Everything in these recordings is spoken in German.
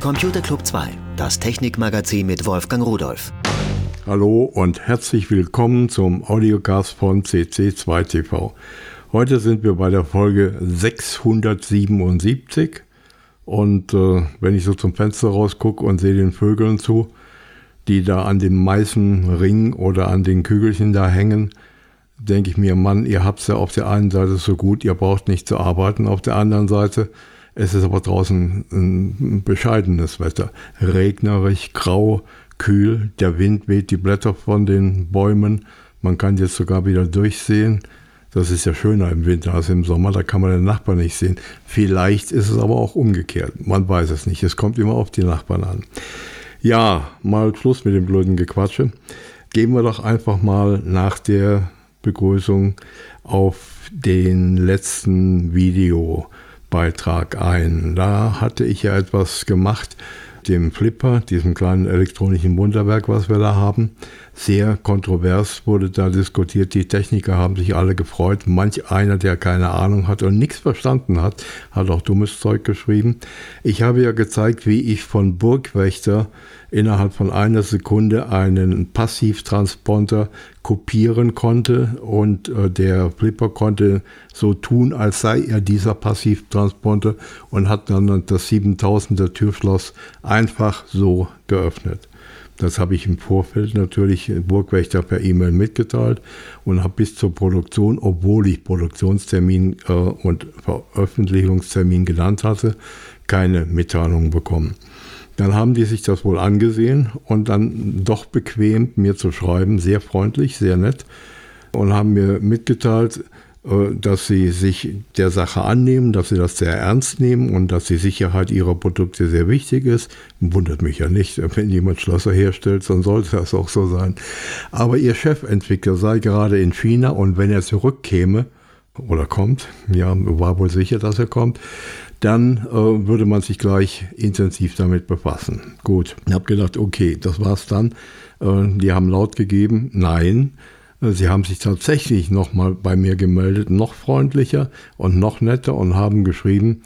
Computer Club 2, das Technikmagazin mit Wolfgang Rudolph. Hallo und herzlich willkommen zum Audiocast von CC2TV. Heute sind wir bei der Folge 677 und wenn ich so zum Fenster rausgucke und sehe den Vögeln zu, die da an den Meißen ringen oder an den Kügelchen da hängen, denke ich mir, Mann, ihr habt es ja auf der einen Seite so gut, ihr braucht nicht zu arbeiten, auf der anderen Seite es ist aber draußen ein bescheidenes Wetter. Regnerisch, grau, kühl, der Wind weht die Blätter von den Bäumen. Man kann jetzt sogar wieder durchsehen. Das ist ja schöner im Winter als im Sommer, da kann man den Nachbarn nicht sehen. Vielleicht ist es aber auch umgekehrt, man weiß es nicht. Es kommt immer auf die Nachbarn an. Ja, mal Schluss mit dem blöden Gequatsche. Gehen wir doch einfach mal nach der Begrüßung auf den letzten Videobeitrag ein. Da hatte ich ja etwas gemacht, dem Flipper, diesem kleinen elektronischen Wunderwerk, was wir da haben. Sehr kontrovers wurde da diskutiert. Die Techniker haben sich alle gefreut. Manch einer, der keine Ahnung hat und nichts verstanden hat, hat auch dummes Zeug geschrieben. Ich habe ja gezeigt, wie ich von Burgwächter innerhalb von einer Sekunde einen Passivtransponder kopieren konnte und der Flipper konnte so tun, als sei er dieser Passivtransponder und hat dann das 7000er Türschloss einfach so geöffnet. Das habe ich im Vorfeld natürlich Burgwächter per E-Mail mitgeteilt und habe bis zur Produktion, obwohl ich Produktionstermin und Veröffentlichungstermin genannt hatte, keine Mitteilung bekommen. Dann haben die sich das wohl angesehen und dann doch bequem mir zu schreiben, sehr freundlich, sehr nett, und haben mir mitgeteilt, dass sie sich der Sache annehmen, dass sie das sehr ernst nehmen und dass die Sicherheit ihrer Produkte sehr wichtig ist. Wundert mich ja nicht, wenn jemand Schlösser herstellt, dann sollte das auch so sein. Aber ihr Chefentwickler sei gerade in China und wenn er zurückkäme oder kommt, ja, war wohl sicher, dass er kommt, dann würde man sich gleich intensiv damit befassen. Gut, ich habe gedacht, okay, das war's dann. Die haben laut gegeben, nein. Sie haben sich tatsächlich nochmal bei mir gemeldet, noch freundlicher und noch netter und haben geschrieben,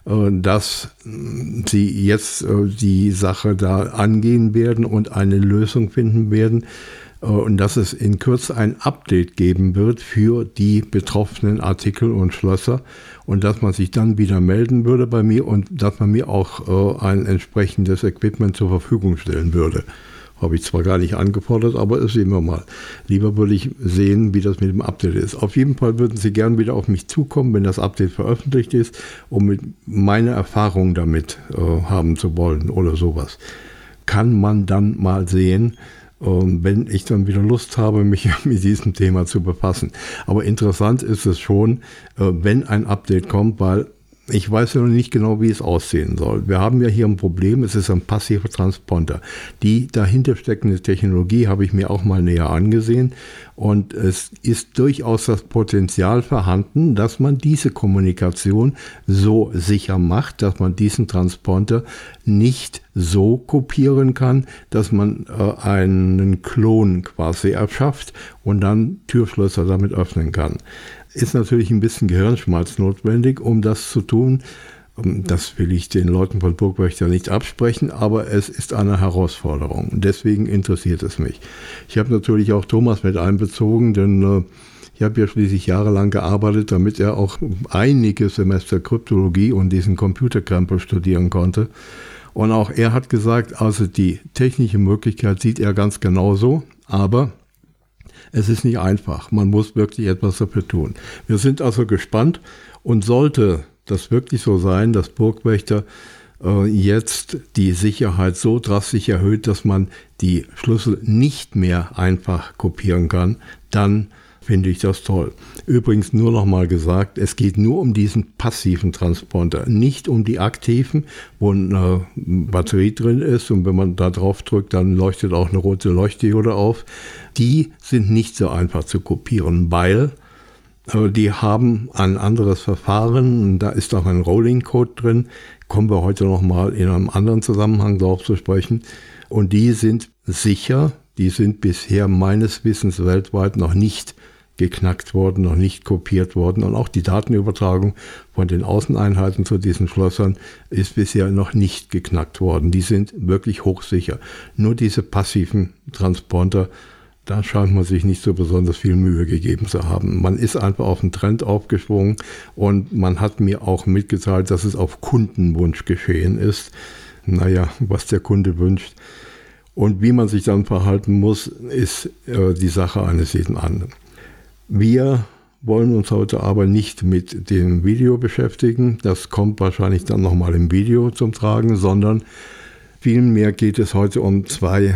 dass sie jetzt die Sache da angehen werden und eine Lösung finden werden und dass es in Kürze ein Update geben wird für die betroffenen Artikel und Schlösser und dass man sich dann wieder melden würde bei mir und dass man mir auch ein entsprechendes Equipment zur Verfügung stellen würde. Habe ich zwar gar nicht angefordert, aber das sehen wir mal. Lieber würde ich sehen, wie das mit dem Update ist. Auf jeden Fall würden Sie gern wieder auf mich zukommen, wenn das Update veröffentlicht ist, um mit meine Erfahrung damit haben zu wollen oder sowas. Kann man dann mal sehen, wenn ich dann wieder Lust habe, mich mit diesem Thema zu befassen. Aber interessant ist es schon, wenn ein Update kommt, weil ich weiß ja noch nicht genau, wie es aussehen soll. Wir haben ja hier ein Problem, es ist ein passiver Transponder. Die dahinter steckende Technologie habe ich mir auch mal näher angesehen und es ist durchaus das Potenzial vorhanden, dass man diese Kommunikation so sicher macht, dass man diesen Transponder nicht so kopieren kann, dass man einen Klon quasi erschafft und dann Türschlösser damit öffnen kann. Ist natürlich ein bisschen Gehirnschmalz notwendig, um das zu tun. Das will ich den Leuten von Burgwächter nicht absprechen, aber es ist eine Herausforderung. Deswegen interessiert es mich. Ich habe natürlich auch Thomas mit einbezogen, denn ich habe ja schließlich jahrelang gearbeitet, damit er auch einige Semester Kryptologie und diesen Computerkrempel studieren konnte. Und auch er hat gesagt, also die technische Möglichkeit sieht er ganz genauso, aber es ist nicht einfach. Man muss wirklich etwas dafür tun. Wir sind also gespannt und sollte das wirklich so sein, dass Burgwächter jetzt die Sicherheit so drastisch erhöht, dass man die Schlüssel nicht mehr einfach kopieren kann, dann finde ich das toll. Übrigens nur noch mal gesagt, es geht nur um diesen passiven Transponder, nicht um die aktiven, wo eine Batterie drin ist und wenn man da drauf drückt, dann leuchtet auch eine rote Leuchtdiode auf. Die sind nicht so einfach zu kopieren, weil die haben ein anderes Verfahren, da ist auch ein Rolling-Code drin, kommen wir heute noch mal in einem anderen Zusammenhang darauf zu sprechen und die sind sicher, die sind bisher meines Wissens weltweit noch nicht geknackt worden, noch nicht kopiert worden. Und auch die Datenübertragung von den Außeneinheiten zu diesen Schlössern ist bisher noch nicht geknackt worden. Die sind wirklich hochsicher. Nur diese passiven Transponder, da scheint man sich nicht so besonders viel Mühe gegeben zu haben. Man ist einfach auf den Trend aufgesprungen und man hat mir auch mitgeteilt, dass es auf Kundenwunsch geschehen ist. Naja, was der Kunde wünscht. Und wie man sich dann verhalten muss, ist die Sache eines jeden anderen. Wir wollen uns heute aber nicht mit dem Video beschäftigen. Das kommt wahrscheinlich dann nochmal im Video zum Tragen, sondern vielmehr geht es heute um zwei,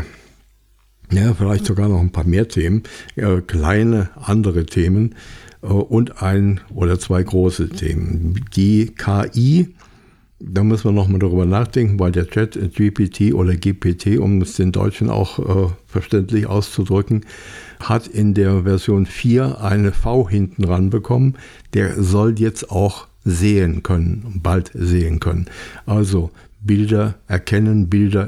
ja, vielleicht sogar noch ein paar mehr Themen, kleine andere Themen und ein oder zwei große Themen. Die KI, da müssen wir nochmal darüber nachdenken, weil der Chat GPT oder GPT, um es den Deutschen auch verständlich auszudrücken, hat in der Version 4 eine V hinten ran bekommen. Der soll jetzt auch sehen können, bald sehen können. Also Bilder erkennen, Bilder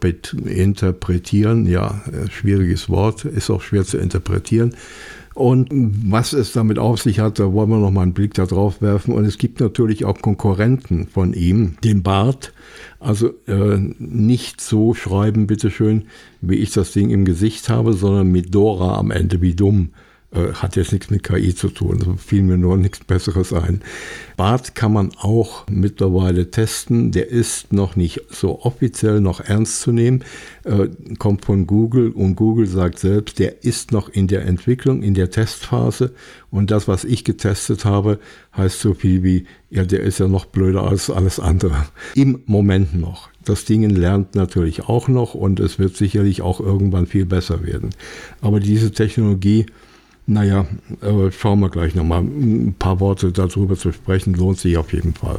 interpretieren. Ja, schwieriges Wort, ist auch schwer zu interpretieren. Und was es damit auf sich hat, da wollen wir noch mal einen Blick da drauf werfen. Und es gibt natürlich auch Konkurrenten von ihm, den Bart. Also nicht so schreiben, bitteschön, wie ich das Ding im Gesicht habe, sondern mit Dora am Ende, wie dumm. Hat jetzt nichts mit KI zu tun, also fiel mir nur nichts Besseres ein. Bart kann man auch mittlerweile testen, der ist noch nicht so offiziell noch ernst zu nehmen, kommt von Google und Google sagt selbst, der ist noch in der Entwicklung, in der Testphase und das, was ich getestet habe, heißt so viel wie, ja, der ist ja noch blöder als alles andere. Im Moment noch. Das Ding lernt natürlich auch noch und es wird sicherlich auch irgendwann viel besser werden. Aber diese Technologie, naja, schauen wir gleich nochmal. Ein paar Worte darüber zu sprechen, lohnt sich auf jeden Fall.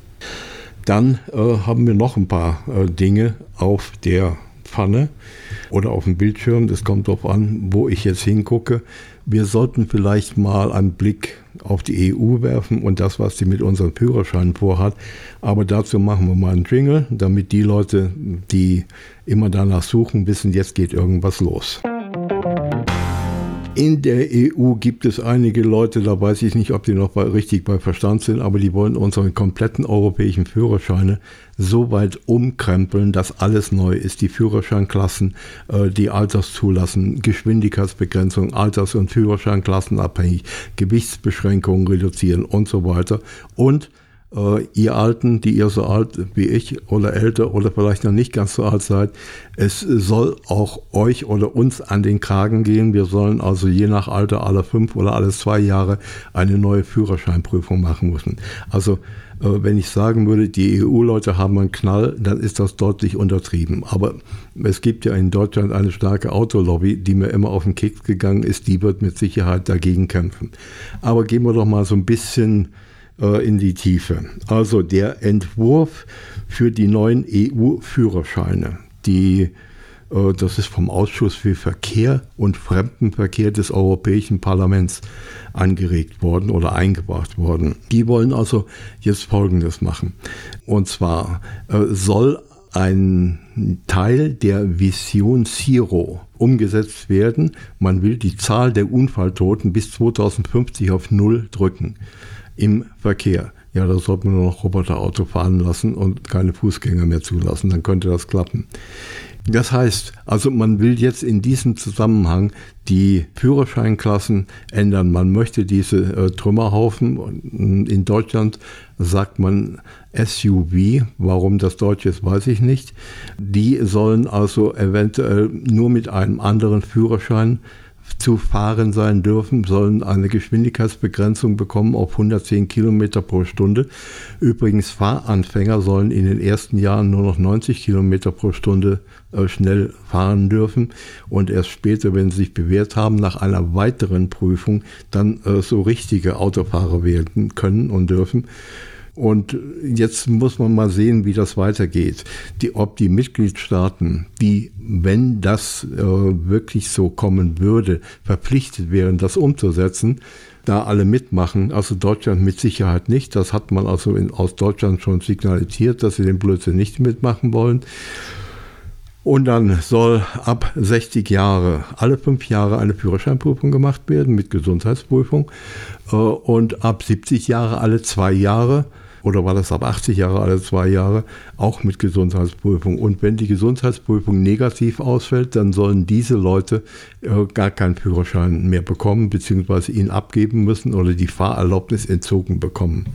Dann haben wir noch ein paar Dinge auf der Pfanne oder auf dem Bildschirm. Das kommt darauf an, wo ich jetzt hingucke. Wir sollten vielleicht mal einen Blick auf die EU werfen und das, was sie mit unseren Führerscheinen vorhat. Aber dazu machen wir mal einen Jingle, damit die Leute, die immer danach suchen, wissen, jetzt geht irgendwas los. In der EU gibt es einige Leute, da weiß ich nicht, ob die noch richtig bei Verstand sind, aber die wollen unsere kompletten europäischen Führerscheine so weit umkrempeln, dass alles neu ist. Die Führerscheinklassen, die Alterszulassen, Geschwindigkeitsbegrenzung, Alters- und Führerscheinklassen abhängig, Gewichtsbeschränkungen reduzieren und so weiter. Und ihr Alten, die ihr so alt wie ich oder älter oder vielleicht noch nicht ganz so alt seid, es soll auch euch oder uns an den Kragen gehen. Wir sollen also je nach Alter alle 5 oder alle 2 Jahre eine neue Führerscheinprüfung machen müssen. Also wenn ich sagen würde, die EU-Leute haben einen Knall, dann ist das deutlich untertrieben. Aber es gibt ja in Deutschland eine starke Autolobby, die mir immer auf den Keks gegangen ist. Die wird mit Sicherheit dagegen kämpfen. Aber gehen wir doch mal so ein bisschen in die Tiefe. Also der Entwurf für die neuen EU-Führerscheine, das ist vom Ausschuss für Verkehr und Fremdenverkehr des Europäischen Parlaments angeregt worden oder eingebracht worden. Die wollen also jetzt Folgendes machen. Und zwar soll ein Teil der Vision Zero umgesetzt werden. Man will die Zahl der Unfalltoten bis 2050 auf 0 drücken. Im Verkehr. Ja, da sollte man nur noch Roboterauto fahren lassen und keine Fußgänger mehr zulassen, dann könnte das klappen. Das heißt, also man will jetzt in diesem Zusammenhang die Führerscheinklassen ändern. Man möchte diese Trümmerhaufen, in Deutschland sagt man SUV, warum das Deutsch ist, weiß ich nicht. Die sollen also eventuell nur mit einem anderen Führerschein zu fahren sein dürfen, sollen eine Geschwindigkeitsbegrenzung bekommen auf 110 Kilometer pro Stunde. Übrigens, Fahranfänger sollen in den ersten Jahren nur noch 90 Kilometer pro Stunde schnell fahren dürfen und erst später, wenn sie sich bewährt haben, nach einer weiteren Prüfung dann so richtige Autofahrer werden können und dürfen. Und jetzt muss man mal sehen, wie das weitergeht. Ob die Mitgliedstaaten, die, wenn das wirklich so kommen würde, verpflichtet wären, das umzusetzen, da alle mitmachen. Also Deutschland mit Sicherheit nicht. Das hat man also aus Deutschland schon signalisiert, dass sie den Blödsinn nicht mitmachen wollen. Und dann soll ab 60 Jahre alle 5 Jahre eine Führerscheinprüfung gemacht werden mit Gesundheitsprüfung und ab 70 Jahre alle 2 Jahre. Oder war das ab 80 Jahre alle 2 Jahre, auch mit Gesundheitsprüfung. Und wenn die Gesundheitsprüfung negativ ausfällt, dann sollen diese Leute gar keinen Führerschein mehr bekommen, beziehungsweise ihn abgeben müssen oder die Fahrerlaubnis entzogen bekommen.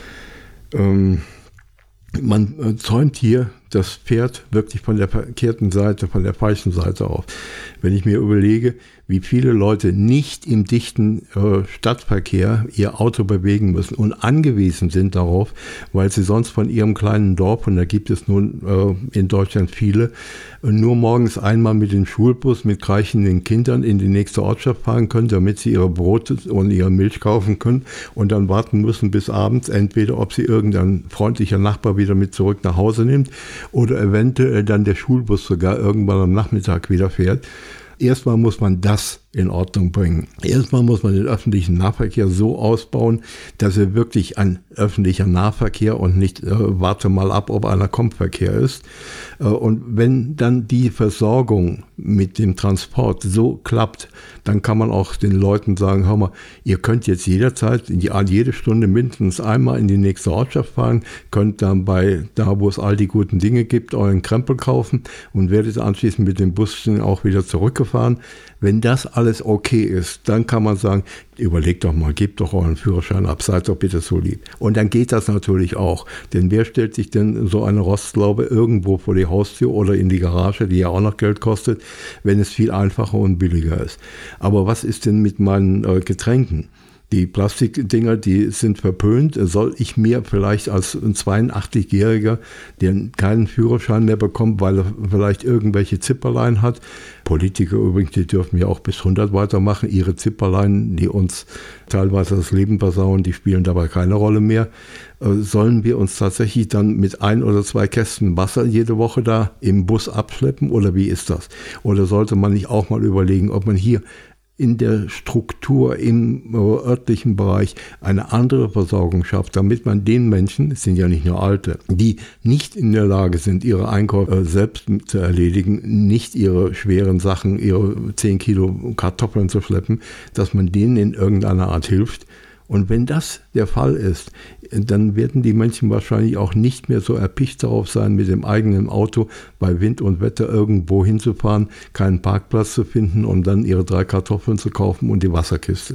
Man zäumt hier das Pferd wirklich von der verkehrten Seite, von der falschen Seite auf. Wenn ich mir überlege, wie viele Leute nicht im dichten Stadtverkehr ihr Auto bewegen müssen und angewiesen sind darauf, weil sie sonst von ihrem kleinen Dorf, und da gibt es nun in Deutschland viele, nur morgens einmal mit dem Schulbus mit kreischenden Kindern in die nächste Ortschaft fahren können, damit sie ihre Brote und ihre Milch kaufen können und dann warten müssen bis abends, entweder ob sie irgendein freundlicher Nachbar wieder mit zurück nach Hause nimmt oder eventuell dann der Schulbus sogar irgendwann am Nachmittag wieder fährt. Erstmal muss man das in Ordnung bringen. Erstmal muss man den öffentlichen Nahverkehr so ausbauen, dass er wirklich ein öffentlicher Nahverkehr und nicht warte mal ab, ob einer kommt Verkehr ist. Und wenn dann die Versorgung mit dem Transport so klappt, dann kann man auch den Leuten sagen, hör mal, ihr könnt jetzt jederzeit, jede Stunde mindestens einmal in die nächste Ortschaft fahren, könnt dann da, wo es all die guten Dinge gibt, euren Krempel kaufen und werdet anschließend mit dem Bus auch wieder zurückgefahren. Wenn das alles okay ist, dann kann man sagen, überlegt doch mal, gebt doch euren Führerschein ab, seid doch bitte so lieb. Und dann geht das natürlich auch. Denn wer stellt sich denn so eine Rostlaube irgendwo vor die Haustür oder in die Garage, die ja auch noch Geld kostet, wenn es viel einfacher und billiger ist? Aber was ist denn mit meinen Getränken? Die Plastikdinger, die sind verpönt. Soll ich mir vielleicht als ein 82-Jähriger, der keinen Führerschein mehr bekommt, weil er vielleicht irgendwelche Zipperlein hat, Politiker übrigens, die dürfen ja auch bis 100 weitermachen, ihre Zipperlein, die uns teilweise das Leben versauen, die spielen dabei keine Rolle mehr. Sollen wir uns tatsächlich dann mit 1 oder 2 Kästen Wasser jede Woche da im Bus abschleppen oder wie ist das? Oder sollte man nicht auch mal überlegen, ob man hier in der Struktur im örtlichen Bereich eine andere Versorgung schafft, damit man den Menschen, es sind ja nicht nur Alte, die nicht in der Lage sind, ihre Einkäufe selbst zu erledigen, nicht ihre schweren Sachen, ihre 10 Kilo Kartoffeln zu schleppen, dass man denen in irgendeiner Art hilft. Und wenn das der Fall ist, dann werden die Menschen wahrscheinlich auch nicht mehr so erpicht darauf sein, mit dem eigenen Auto bei Wind und Wetter irgendwo hinzufahren, keinen Parkplatz zu finden und dann ihre 3 Kartoffeln zu kaufen und die Wasserkiste.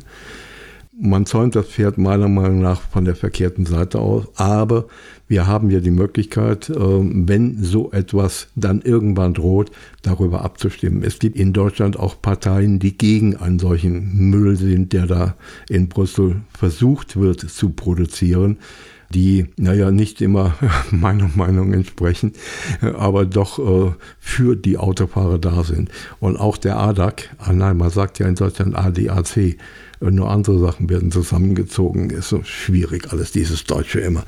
Man zäumt das Pferd meiner Meinung nach von der verkehrten Seite aus, aber wir haben ja die Möglichkeit, wenn so etwas dann irgendwann droht, darüber abzustimmen. Es gibt in Deutschland auch Parteien, die gegen einen solchen Müll sind, der da in Brüssel versucht wird zu produzieren, die, nicht immer meiner Meinung entsprechen, aber doch für die Autofahrer da sind. Und auch der ADAC, man sagt ja in Deutschland ADAC, nur andere Sachen werden zusammengezogen, ist so schwierig alles, dieses Deutsche immer.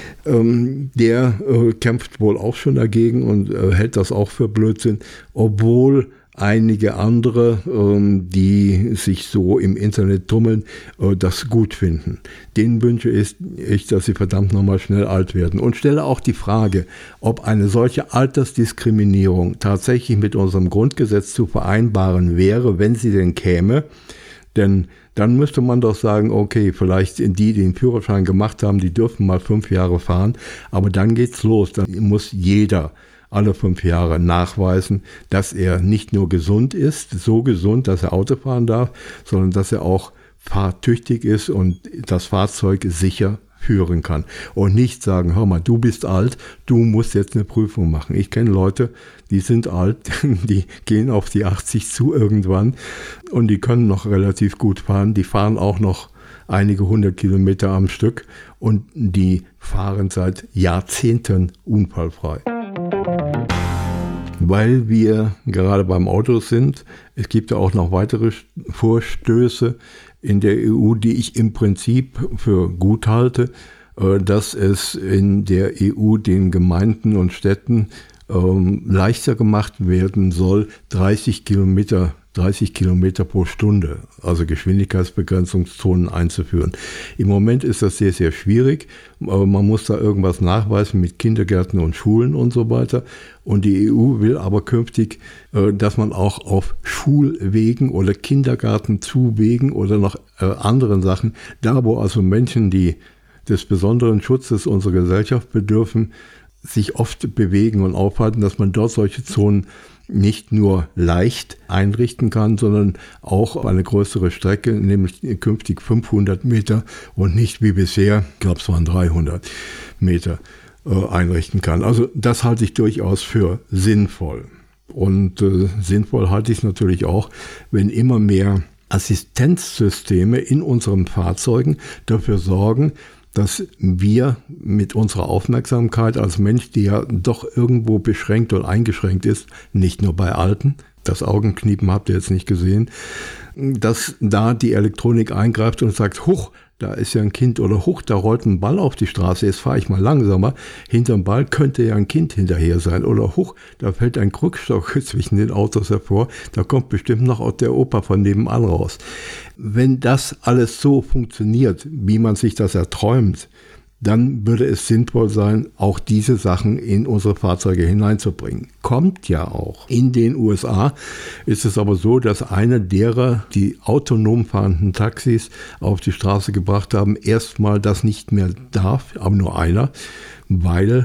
Der kämpft wohl auch schon dagegen und hält das auch für Blödsinn, obwohl einige andere, die sich so im Internet tummeln, das gut finden. Denen wünsche ich, dass sie verdammt nochmal schnell alt werden. Und stelle auch die Frage, ob eine solche Altersdiskriminierung tatsächlich mit unserem Grundgesetz zu vereinbaren wäre, wenn sie denn käme. Denn dann müsste man doch sagen, okay, vielleicht die den Führerschein gemacht haben, die dürfen mal 5 Jahre fahren, aber dann geht's los. Dann muss jeder alle 5 Jahre nachweisen, dass er nicht nur gesund ist, so gesund, dass er Auto fahren darf, sondern dass er auch fahrtüchtig ist und das Fahrzeug sicher führen kann. Und nicht sagen, hör mal, du bist alt, du musst jetzt eine Prüfung machen. Ich kenne Leute, die sind alt, die gehen auf die 80 zu irgendwann und die können noch relativ gut fahren. Die fahren auch noch einige 100 Kilometer am Stück und die fahren seit Jahrzehnten unfallfrei. Weil wir gerade beim Auto sind, es gibt ja auch noch weitere Vorstöße in der EU, die ich im Prinzip für gut halte, dass es in der EU den Gemeinden und Städten leichter gemacht werden soll, 30 Kilometer 30 Kilometer pro Stunde, also Geschwindigkeitsbegrenzungszonen einzuführen. Im Moment ist das sehr, sehr schwierig. Man muss da irgendwas nachweisen mit Kindergärten und Schulen und so weiter. Und die EU will aber künftig, dass man auch auf Schulwegen oder Kindergartenzuwegen oder noch anderen Sachen, da wo also Menschen, die des besonderen Schutzes unserer Gesellschaft bedürfen, sich oft bewegen und aufhalten, dass man dort solche Zonen nicht nur leicht einrichten kann, sondern auch eine größere Strecke, nämlich künftig 500 Meter und nicht wie bisher, ich glaube es waren 300 Meter, einrichten kann. Also das halte ich durchaus für sinnvoll. Und sinnvoll halte ich es natürlich auch, wenn immer mehr Assistenzsysteme in unseren Fahrzeugen dafür sorgen, dass wir mit unserer Aufmerksamkeit als Mensch, die ja doch irgendwo beschränkt und eingeschränkt ist, nicht nur bei Alten, das Augenkniepen habt ihr jetzt nicht gesehen, dass da die Elektronik eingreift und sagt, huch, da ist ja ein Kind oder huch, da rollt ein Ball auf die Straße, jetzt fahre ich mal langsamer. Hinterm Ball könnte ja ein Kind hinterher sein. Oder huch, da fällt ein Krückstock zwischen den Autos hervor, da kommt bestimmt noch auch der Opa von nebenan raus. Wenn das alles so funktioniert, wie man sich das erträumt, dann würde es sinnvoll sein, auch diese Sachen in unsere Fahrzeuge hineinzubringen. Kommt ja auch. In den USA ist es aber so, dass einer derer, die autonom fahrenden Taxis auf die Straße gebracht haben, erstmal das nicht mehr darf, aber nur einer, weil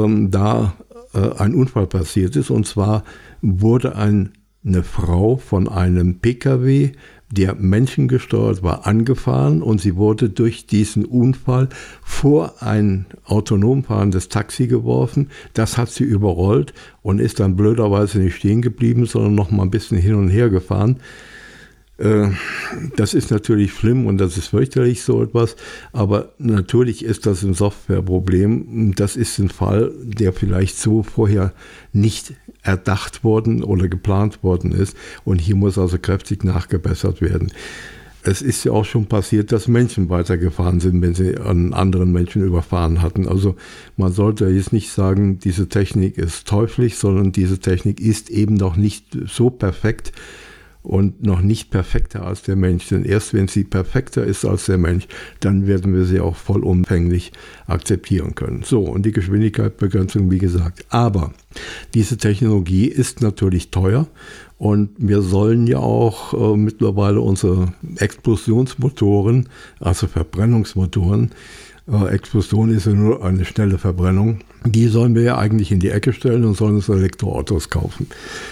da ein Unfall passiert ist. Und zwar wurde eine Frau von einem PKW, der menschengesteuert war, angefahren und sie wurde durch diesen Unfall vor ein autonom fahrendes Taxi geworfen. Das hat sie überrollt und ist dann blöderweise nicht stehen geblieben, sondern noch mal ein bisschen hin und her gefahren. Das ist natürlich schlimm und das ist fürchterlich, so etwas, aber natürlich ist das ein Softwareproblem. Das ist ein Fall, der vielleicht so vorher nicht erdacht worden oder geplant worden ist und hier muss also kräftig nachgebessert werden. Es ist ja auch schon passiert, dass Menschen weitergefahren sind, wenn sie einen anderen Menschen überfahren hatten. Also man sollte jetzt nicht sagen, diese Technik ist teuflisch, sondern diese Technik ist eben noch nicht so perfekt, und noch nicht perfekter als der Mensch. Denn erst wenn sie perfekter ist als der Mensch, dann werden wir sie auch vollumfänglich akzeptieren können. So, und die Geschwindigkeitsbegrenzung, wie gesagt. Aber diese Technologie ist natürlich teuer und wir sollen ja auch mittlerweile unsere Explosionsmotoren, also Verbrennungsmotoren, Explosion ist ja nur eine schnelle Verbrennung, die sollen wir ja eigentlich in die Ecke stellen und sollen uns Elektroautos kaufen.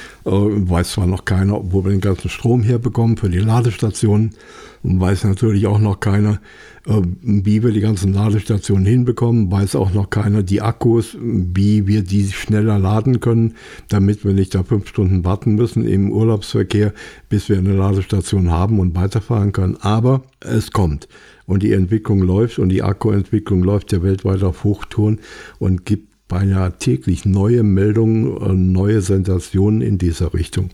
Weiß zwar noch keiner, wo wir den ganzen Strom herbekommen für die Ladestationen. Und weiß natürlich auch noch keiner, wie wir die ganzen Ladestationen hinbekommen. Weiß auch noch keiner die Akkus, wie wir die schneller laden können, damit wir nicht da 5 Stunden warten müssen im Urlaubsverkehr, bis wir eine Ladestation haben und weiterfahren können. Aber es kommt. Und die Entwicklung läuft und die Akkuentwicklung läuft ja weltweit auf Hochtouren und gibt beinahe täglich neue Meldungen, neue Sensationen in dieser Richtung.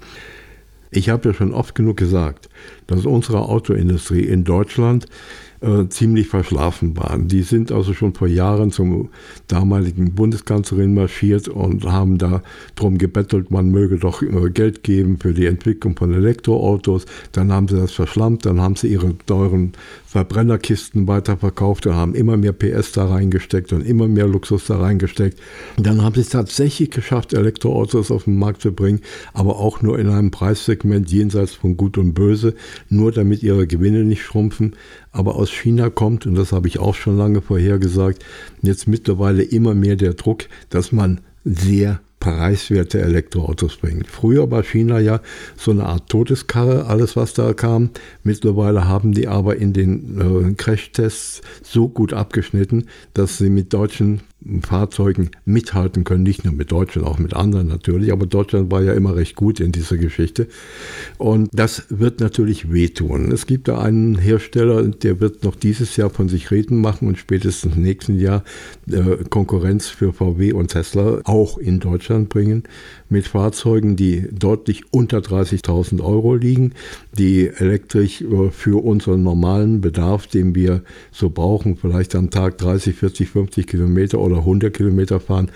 Ich habe ja schon oft genug gesagt, dass unsere Autoindustrie in Deutschland ziemlich verschlafen war. Die sind also schon vor Jahren zum damaligen Bundeskanzlerin marschiert und haben da drum gebettelt, man möge doch Geld geben für die Entwicklung von Elektroautos. Dann haben sie das verschlammt, dann haben sie ihre teuren Verbrennerkisten weiterverkauft und haben immer mehr PS da reingesteckt und immer mehr Luxus da reingesteckt. Dann haben sie es tatsächlich geschafft, Elektroautos auf den Markt zu bringen, aber auch nur in einem Preissegment jenseits von Gut und Böse, nur damit ihre Gewinne nicht schrumpfen. Aber aus China kommt, und das habe ich auch schon lange vorher gesagt, jetzt mittlerweile immer mehr der Druck, dass man sehr preiswerte Elektroautos bringt. Früher war China ja so eine Art Todeskarre, alles was da kam. Mittlerweile haben die aber in den Crashtests so gut abgeschnitten, dass sie mit deutschen Fahrzeugen mithalten können, nicht nur mit Deutschen, auch mit anderen natürlich, aber Deutschland war ja immer recht gut in dieser Geschichte und das wird natürlich wehtun. Es gibt da einen Hersteller, der wird noch dieses Jahr von sich reden machen und spätestens im nächsten Jahr Konkurrenz für VW und Tesla auch in Deutschland bringen, mit Fahrzeugen, die deutlich unter 30.000 € liegen, die elektrisch für unseren normalen Bedarf, den wir so brauchen, vielleicht am Tag 30, 40, 50 Kilometer oder 100 Kilometer fahren,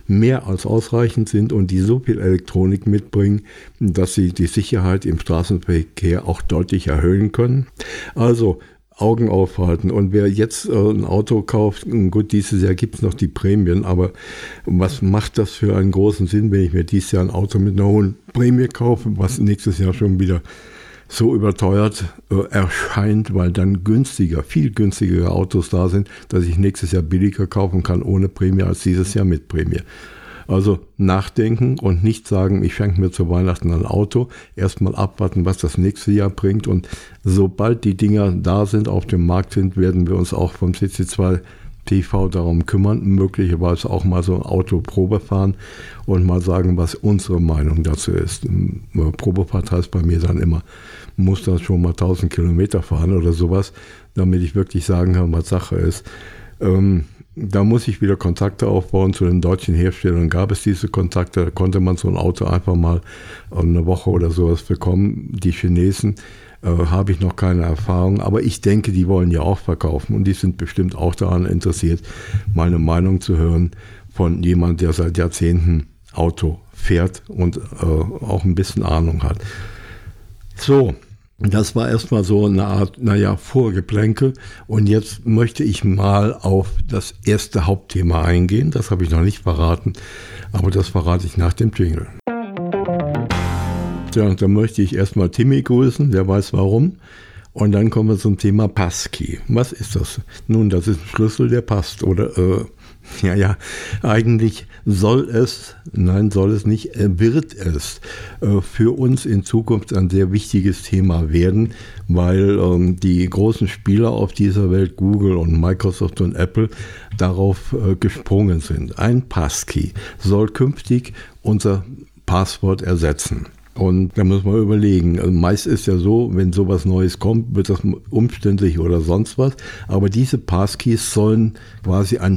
mehr als ausreichend sind und die so viel Elektronik mitbringen, dass sie die Sicherheit im Straßenverkehr auch deutlich erhöhen können. Also Augen aufhalten. Und wer jetzt ein Auto kauft, gut, dieses Jahr gibt es noch die Prämien, aber was macht das für einen großen Sinn, wenn ich mir dieses Jahr ein Auto mit einer hohen Prämie kaufe, was nächstes Jahr schon wieder so überteuert erscheint, weil dann viel günstigere Autos da sind, dass ich nächstes Jahr billiger kaufen kann ohne Prämie als dieses Jahr mit Prämie. Also nachdenken und nicht sagen, ich schenke mir zu Weihnachten ein Auto, erstmal abwarten, was das nächste Jahr bringt, und sobald die Dinger da sind, auf dem Markt sind, werden wir uns auch vom CC2 TV darum kümmern, möglicherweise auch mal so ein Auto Probe fahren und mal sagen, was unsere Meinung dazu ist. Probefahrt heißt bei mir dann immer, muss das schon mal 1000 Kilometer fahren oder sowas, damit ich wirklich sagen kann, was Sache ist. Da muss ich wieder Kontakte aufbauen. Zu den deutschen Herstellern gab es diese Kontakte, da konnte man so ein Auto einfach mal eine Woche oder sowas bekommen. Die Chinesen habe ich noch keine Erfahrung, aber ich denke, die wollen ja auch verkaufen und die sind bestimmt auch daran interessiert, mal eine Meinung zu hören von jemand, der seit Jahrzehnten Auto fährt und auch ein bisschen Ahnung hat. So, das war erstmal so eine Art, Vorgeplänkel, und jetzt möchte ich mal auf das erste Hauptthema eingehen. Das habe ich noch nicht verraten, aber das verrate ich nach dem Jingle. Ja, dann möchte ich erstmal Timmy grüßen, der weiß warum. Und dann kommen wir zum Thema Passkey. Was ist das? Nun, das ist ein Schlüssel, der passt. Oder, eigentlich wird es für uns in Zukunft ein sehr wichtiges Thema werden, weil die großen Spieler auf dieser Welt, Google und Microsoft und Apple, darauf gesprungen sind. Ein Passkey soll künftig unser Passwort ersetzen. Und da muss man überlegen, also meist ist ja so, wenn sowas Neues kommt, wird das umständlich oder sonst was, aber diese Passkeys sollen quasi ein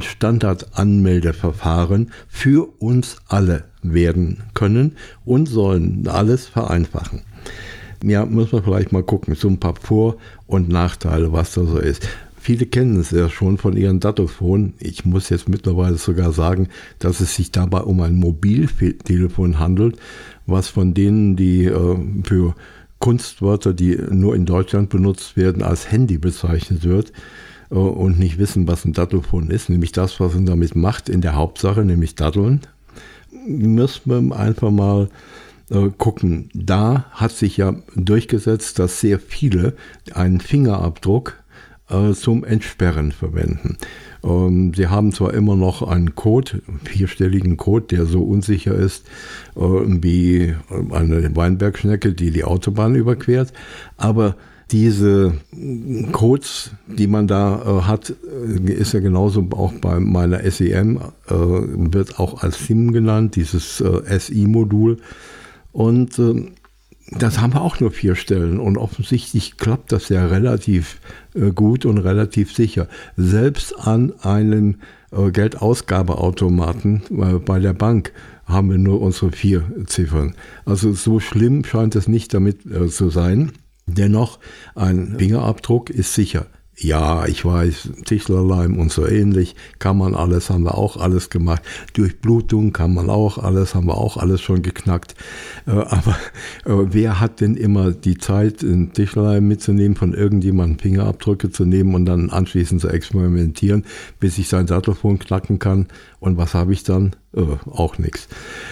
Standardanmeldeverfahren für uns alle werden können und sollen alles vereinfachen. Ja, muss man vielleicht mal gucken, so ein paar Vor- und Nachteile, was da so ist. Viele kennen es ja schon von ihren Dattelfon. Ich muss jetzt mittlerweile sogar sagen, dass es sich dabei um ein Mobiltelefon handelt, was von denen, die für Kunstwörter, die nur in Deutschland benutzt werden, als Handy bezeichnet wird und nicht wissen, was ein Dattelfon ist, nämlich das, was man damit macht, in der Hauptsache, nämlich Datteln. Müssen wir einfach mal gucken. Da hat sich ja durchgesetzt, dass sehr viele einen Fingerabdruck zum Entsperren verwenden. Sie haben zwar immer noch einen Code, einen 4-stelligen Code, der so unsicher ist wie eine Weinbergschnecke, die die Autobahn überquert, aber diese Codes, die man da hat, ist ja genauso auch bei meiner SEM, wird auch als SIM genannt, dieses SI-Modul, und das haben wir auch nur 4 Stellen, und offensichtlich klappt das ja relativ gut und relativ sicher. Selbst an einem Geldausgabeautomaten bei der Bank haben wir nur unsere 4 Ziffern. Also so schlimm scheint es nicht damit zu sein. Dennoch, ein Fingerabdruck ist sicher. Ja, ich weiß, Tischlerleim und so ähnlich kann man alles, haben wir auch alles gemacht. Durchblutung kann man auch alles, haben wir auch alles schon geknackt. Aber wer hat denn immer die Zeit, einen Tischlerleim mitzunehmen, von irgendjemandem Fingerabdrücke zu nehmen und dann anschließend zu experimentieren, bis ich sein Sattelfon knacken kann? Und was habe ich dann? Auch nichts.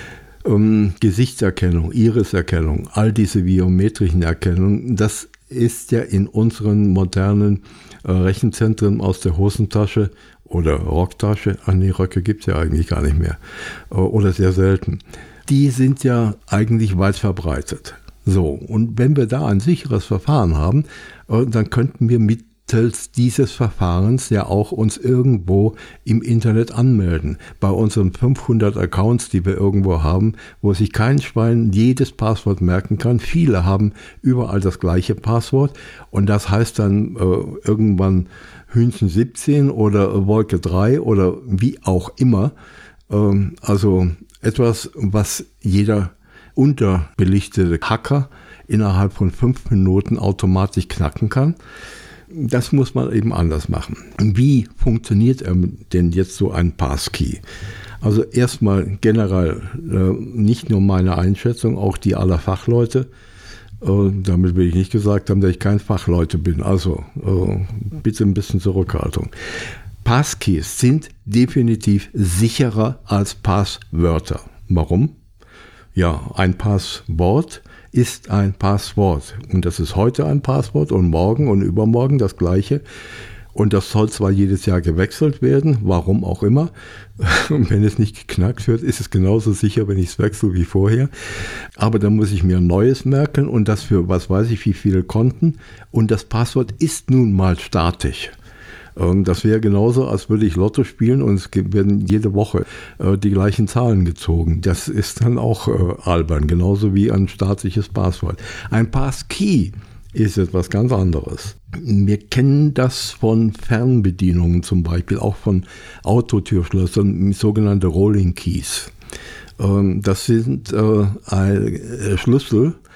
Gesichtserkennung, Iriserkennung, all diese biometrischen Erkennungen, das ist ja in unseren modernen Rechenzentren aus der Hosentasche oder Rocktasche, Röcke gibt es ja eigentlich gar nicht mehr, oder sehr selten. Die sind ja eigentlich weit verbreitet. So, und wenn wir da ein sicheres Verfahren haben, dann könnten wir mittels dieses Verfahrens ja auch uns irgendwo im Internet anmelden. Bei unseren 500 Accounts, die wir irgendwo haben, wo sich kein Schwein jedes Passwort merken kann. Viele haben überall das gleiche Passwort, und das heißt dann irgendwann Hühnchen 17 oder Wolke 3 oder wie auch immer. Also etwas, was jeder unterbelichtete Hacker innerhalb von 5 Minuten automatisch knacken kann. Das muss man eben anders machen. Wie funktioniert denn jetzt so ein Passkey? Also erstmal generell nicht nur meine Einschätzung, auch die aller Fachleute. Damit will ich nicht gesagt haben, dass ich kein Fachleute bin. Also bitte ein bisschen Zurückhaltung. Passkeys sind definitiv sicherer als Passwörter. Warum? Ja, ein Passwort ist ein Passwort. Und das ist heute ein Passwort und morgen und übermorgen das gleiche. Und das soll zwar jedes Jahr gewechselt werden, warum auch immer. Und wenn es nicht geknackt wird, ist es genauso sicher, wenn ich es wechsle wie vorher. Aber dann muss ich mir ein neues merken und das für, was weiß ich, wie viele Konten. Und das Passwort ist nun mal statisch. Das wäre genauso, als würde ich Lotto spielen und es werden jede Woche die gleichen Zahlen gezogen. Das ist dann auch albern, genauso wie ein statisches Passwort. Ein Passkey ist etwas ganz anderes. Wir kennen das von Fernbedienungen zum Beispiel, auch von Autotürschlössern, sogenannte Rolling Keys. Das sind Schlüssel,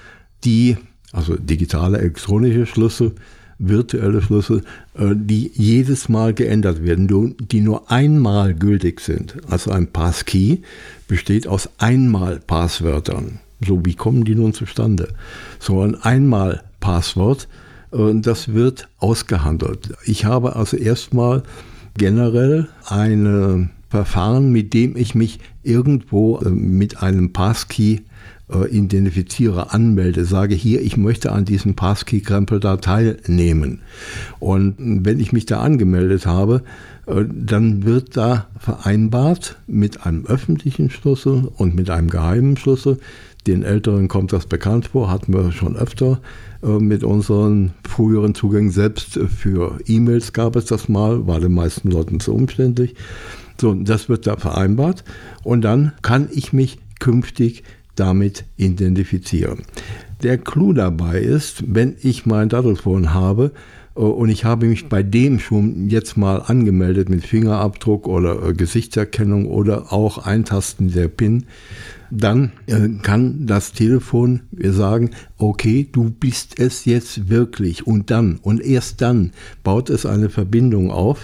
also digitale elektronische Schlüssel, virtuelle Schlüssel, die jedes Mal geändert werden, die nur einmal gültig sind. Also ein Passkey besteht aus Einmal-Passwörtern. So, wie kommen die nun zustande? So ein Einmal-Passwort, das wird ausgehandelt. Ich habe also erstmal generell ein Verfahren, mit dem ich mich irgendwo mit einem Passkey identifiziere, anmelde, sage hier, ich möchte an diesem Passkey-Krempel da teilnehmen. Und wenn ich mich da angemeldet habe, dann wird da vereinbart mit einem öffentlichen Schlüssel und mit einem geheimen Schlüssel. Den Älteren kommt das bekannt vor, hatten wir schon öfter mit unseren früheren Zugängen. Selbst für E-Mails gab es das mal, war den meisten Leuten zu umständlich. So, das wird da vereinbart und dann kann ich mich künftig damit identifizieren. Der Clou dabei ist, wenn ich mein Dattelphone habe und ich habe mich bei dem schon jetzt mal angemeldet mit Fingerabdruck oder Gesichtserkennung oder auch Eintasten der PIN, dann kann das Telefon mir sagen, okay, du bist es jetzt wirklich und erst dann baut es eine Verbindung auf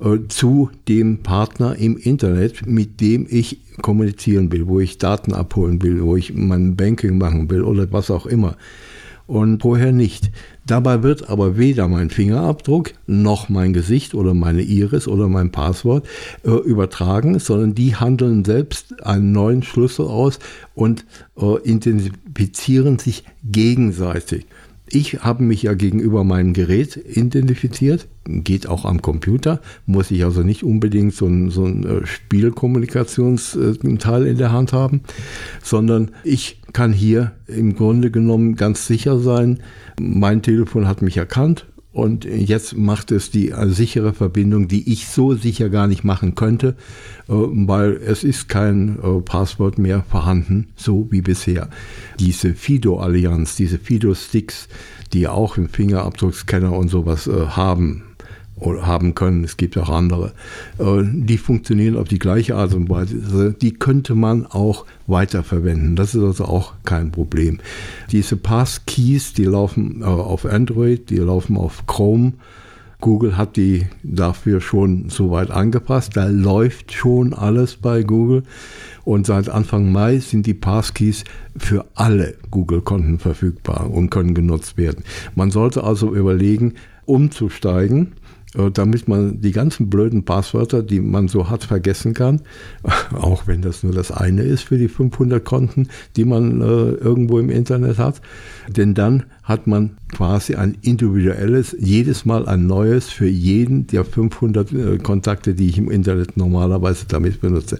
zu dem Partner im Internet, mit dem ich kommunizieren will, wo ich Daten abholen will, wo ich mein Banking machen will oder was auch immer. Und vorher nicht. Dabei wird aber weder mein Fingerabdruck noch mein Gesicht oder meine Iris oder mein Passwort übertragen, sondern die handeln selbst einen neuen Schlüssel aus und identifizieren sich gegenseitig. Ich habe mich ja gegenüber meinem Gerät identifiziert, geht auch am Computer, muss ich also nicht unbedingt so ein Spielkommunikationsteil in der Hand haben, sondern ich kann hier im Grunde genommen ganz sicher sein, mein Telefon hat mich erkannt und jetzt macht es die sichere Verbindung, die ich so sicher gar nicht machen könnte, weil es ist kein Passwort mehr vorhanden, so wie bisher. Diese FIDO-Allianz, diese FIDO-Sticks, die auch einen Fingerabdruckscanner und sowas haben können, es gibt auch andere, die funktionieren auf die gleiche Art und Weise, die könnte man auch weiterverwenden. Das ist also auch kein Problem. Diese Passkeys, die laufen auf Android, die laufen auf Chrome. Google hat die dafür schon soweit angepasst. Da läuft schon alles bei Google. Und seit Anfang Mai sind die Passkeys für alle Google-Konten verfügbar und können genutzt werden. Man sollte also überlegen, umzusteigen, damit man die ganzen blöden Passwörter, die man so hat, vergessen kann, auch wenn das nur das eine ist für die 500 Konten, die man irgendwo im Internet hat. Denn dann hat man quasi ein individuelles, jedes Mal ein neues für jeden der 500 Kontakte, die ich im Internet normalerweise damit benutze.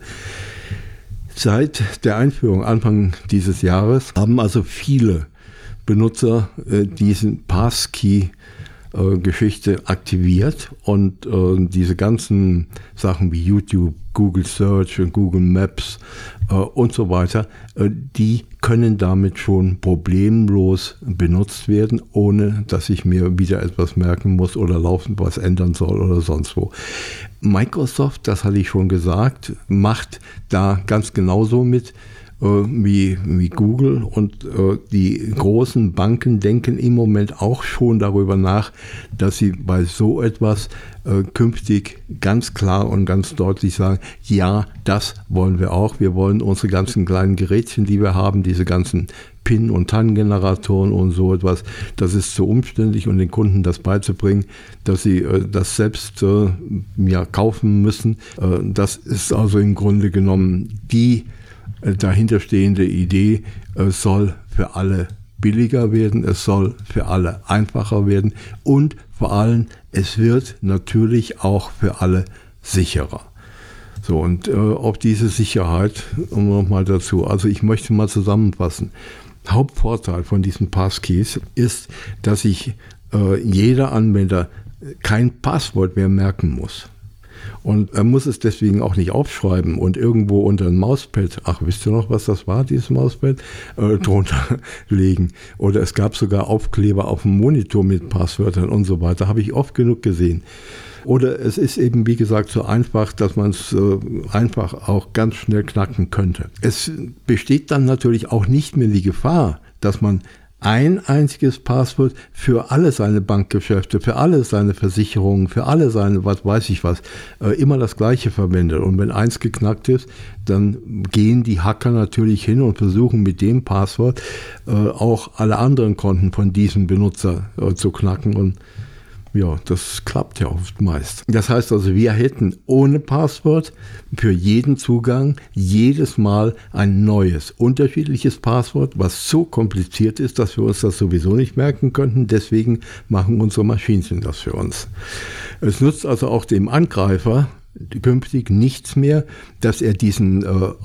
Seit der Einführung Anfang dieses Jahres haben also viele Benutzer diesen Passkey Geschichte aktiviert und diese ganzen Sachen wie YouTube, Google Search und Google Maps und so weiter, die können damit schon problemlos benutzt werden, ohne dass ich mir wieder etwas merken muss oder laufend was ändern soll oder sonst wo. Microsoft, das hatte ich schon gesagt, macht da ganz genauso mit. wie Google und die großen Banken denken im Moment auch schon darüber nach, dass sie bei so etwas künftig ganz klar und ganz deutlich sagen, ja, das wollen wir auch. Wir wollen unsere ganzen kleinen Gerätchen, die wir haben, diese ganzen PIN- und TAN-Generatoren und so etwas, das ist zu umständlich und den Kunden das beizubringen, dass sie das selbst kaufen müssen. Das ist also im Grunde genommen die dahinterstehende Idee, soll für alle billiger werden, es soll für alle einfacher werden und vor allem, es wird natürlich auch für alle sicherer. So, und auf diese Sicherheit, nochmal dazu, also ich möchte mal zusammenfassen. Hauptvorteil von diesen Passkeys ist, dass sich jeder Anwender kein Passwort mehr merken muss. Und er muss es deswegen auch nicht aufschreiben und irgendwo unter ein Mauspad, ach, wisst ihr noch, was das war, dieses Mauspad, drunter legen. Oder es gab sogar Aufkleber auf dem Monitor mit Passwörtern und so weiter. Habe ich oft genug gesehen. Oder es ist eben, wie gesagt, so einfach, dass man es einfach auch ganz schnell knacken könnte. Es besteht dann natürlich auch nicht mehr die Gefahr, dass man ein einziges Passwort für alle seine Bankgeschäfte, für alle seine Versicherungen, für alle seine was weiß ich was, immer das Gleiche verwendet. Und wenn eins geknackt ist, dann gehen die Hacker natürlich hin und versuchen mit dem Passwort auch alle anderen Konten von diesem Benutzer zu knacken. Und ja, das klappt ja oft meist. Das heißt also, wir hätten ohne Passwort für jeden Zugang jedes Mal ein neues, unterschiedliches Passwort, was so kompliziert ist, dass wir uns das sowieso nicht merken könnten. Deswegen machen unsere Maschinchen das für uns. Es nutzt also auch dem Angreifer künftig nichts mehr, dass er diesen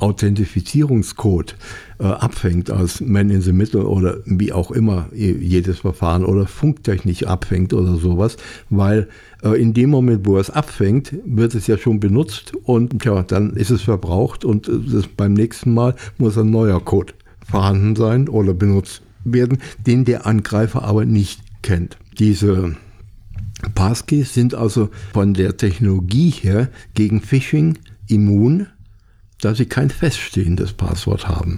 Authentifizierungscode abfängt als Man in the Middle oder wie auch immer jedes Verfahren oder funktechnisch abfängt oder sowas, weil in dem Moment, wo er es abfängt, wird es ja schon benutzt und dann ist es verbraucht und beim nächsten Mal muss ein neuer Code vorhanden sein oder benutzt werden, den der Angreifer aber nicht kennt. Diese Passkeys sind also von der Technologie her gegen Phishing immun, da sie kein feststehendes Passwort haben.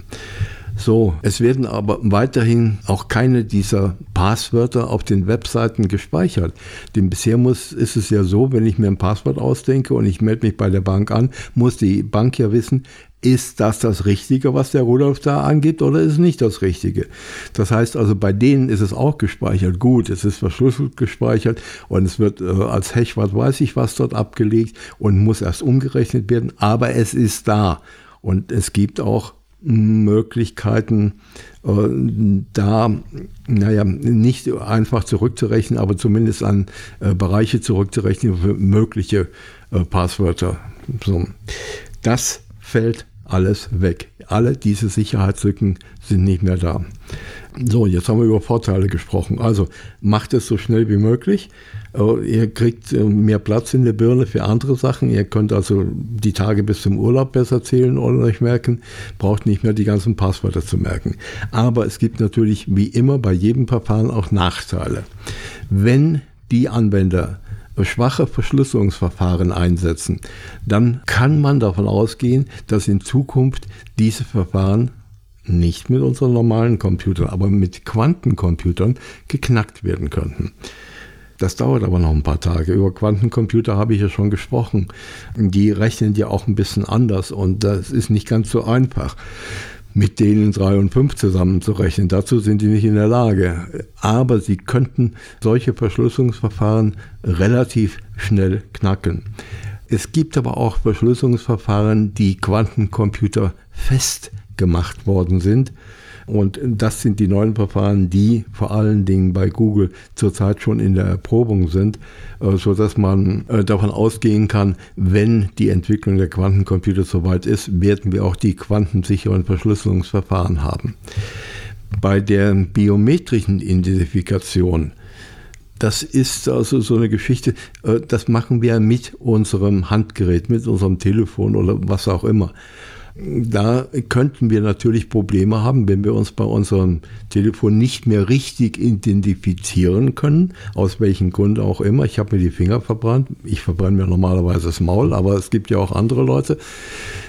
So, es werden aber weiterhin auch keine dieser Passwörter auf den Webseiten gespeichert. Denn bisher ist es ja so, wenn ich mir ein Passwort ausdenke und ich melde mich bei der Bank an, muss die Bank ja wissen, ist das Richtige, was der Rudolf da angibt, oder ist es nicht das Richtige? Das heißt also, bei denen ist es auch gespeichert. Gut, es ist verschlüsselt gespeichert und es wird als Hash, was weiß ich was, dort abgelegt und muss erst umgerechnet werden, aber es ist da. Und es gibt auch Möglichkeiten, nicht einfach zurückzurechnen, aber zumindest an Bereiche zurückzurechnen für mögliche Passwörter. So. Das fällt alles weg. Alle diese Sicherheitslücken sind nicht mehr da. So, jetzt haben wir über Vorteile gesprochen. Also macht es so schnell wie möglich. Ihr kriegt mehr Platz in der Birne für andere Sachen. Ihr könnt also die Tage bis zum Urlaub besser zählen oder euch merken. Braucht nicht mehr die ganzen Passwörter zu merken. Aber es gibt natürlich wie immer bei jedem Verfahren auch Nachteile. Wenn die Anwender schwache Verschlüsselungsverfahren einsetzen, dann kann man davon ausgehen, dass in Zukunft diese Verfahren nicht mit unseren normalen Computern, aber mit Quantencomputern geknackt werden könnten. Das dauert aber noch ein paar Tage. Über Quantencomputer habe ich ja schon gesprochen. Die rechnen ja auch ein bisschen anders und das ist nicht ganz so einfach, mit denen 3 und 5 zusammenzurechnen. Dazu sind die nicht in der Lage. Aber sie könnten solche Verschlüsselungsverfahren relativ schnell knacken. Es gibt aber auch Verschlüsselungsverfahren, die Quantencomputer festgemacht worden sind. Und das sind die neuen Verfahren, die vor allen Dingen bei Google zurzeit schon in der Erprobung sind, sodass man davon ausgehen kann, wenn die Entwicklung der Quantencomputer soweit ist, werden wir auch die quantensicheren Verschlüsselungsverfahren haben. Bei der biometrischen Identifikation, das ist also so eine Geschichte, das machen wir mit unserem Handgerät, mit unserem Telefon oder was auch immer. Da könnten wir natürlich Probleme haben, wenn wir uns bei unserem Telefon nicht mehr richtig identifizieren können, aus welchem Grund auch immer. Ich habe mir die Finger verbrannt. Ich verbrenne mir normalerweise das Maul, aber es gibt ja auch andere Leute.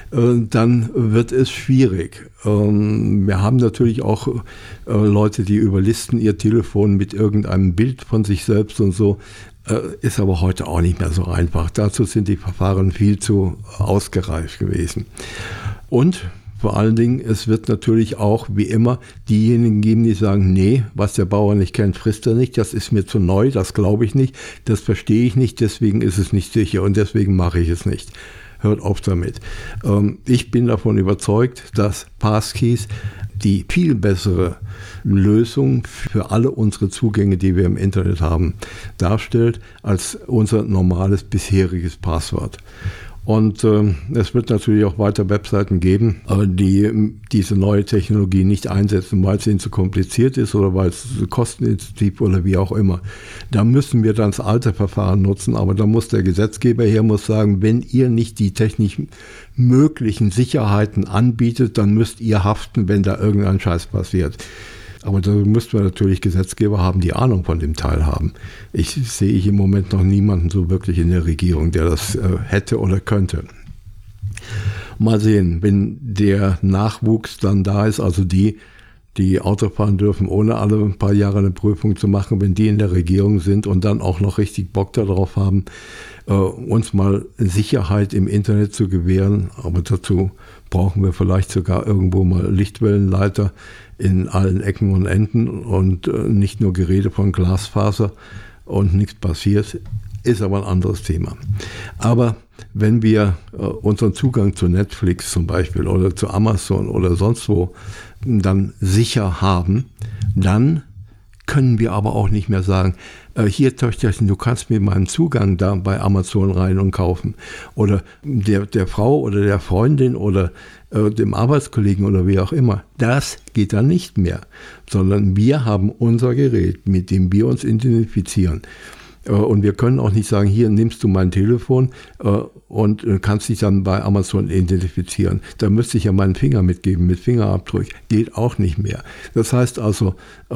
dann wird es schwierig. Wir haben natürlich auch Leute, die überlisten ihr Telefon mit irgendeinem Bild von sich selbst und so. Ist aber heute auch nicht mehr so einfach. Dazu sind die Verfahren viel zu ausgereift gewesen. Und vor allen Dingen, es wird natürlich auch, wie immer, diejenigen geben, die sagen, nee, was der Bauer nicht kennt, frisst er nicht, das ist mir zu neu, das glaube ich nicht, das verstehe ich nicht, deswegen ist es nicht sicher und deswegen mache ich es nicht. Hört auf damit. Ich bin davon überzeugt, dass Passkeys die viel bessere Lösung für alle unsere Zugänge, die wir im Internet haben, darstellt, als unser normales bisheriges Passwort. Und es wird natürlich auch weiter Webseiten geben, die diese neue Technologie nicht einsetzen, weil es ihnen zu kompliziert ist oder weil es kostenintensiv oder wie auch immer. Da müssen wir dann das alte Verfahren nutzen, aber da muss der Gesetzgeber her muss sagen, wenn ihr nicht die technisch möglichen Sicherheiten anbietet, dann müsst ihr haften, wenn da irgendein Scheiß passiert. Aber da müssten wir natürlich Gesetzgeber haben, die Ahnung von dem Teil haben. Sehe ich im Moment noch niemanden so wirklich in der Regierung, der das hätte oder könnte. Mal sehen, wenn der Nachwuchs dann da ist, also die Auto fahren dürfen, ohne alle ein paar Jahre eine Prüfung zu machen, wenn die in der Regierung sind und dann auch noch richtig Bock darauf haben, uns mal Sicherheit im Internet zu gewähren. Aber dazu brauchen wir vielleicht sogar irgendwo mal Lichtwellenleiter in allen Ecken und Enden und nicht nur Gerede von Glasfaser und nichts passiert, ist aber ein anderes Thema. Aber wenn wir unseren Zugang zu Netflix zum Beispiel oder zu Amazon oder sonst wo dann sicher haben, dann können wir aber auch nicht mehr sagen, hier Töchterchen, du kannst mir meinen Zugang da bei Amazon rein und kaufen. Oder der Frau oder der Freundin oder dem Arbeitskollegen oder wie auch immer. Das geht dann nicht mehr, sondern wir haben unser Gerät, mit dem wir uns identifizieren. Und wir können auch nicht sagen, hier nimmst du mein Telefon und kannst dich dann bei Amazon identifizieren. Da müsste ich ja meinen Finger mitgeben, mit Fingerabdruck. Geht auch nicht mehr. Das heißt also,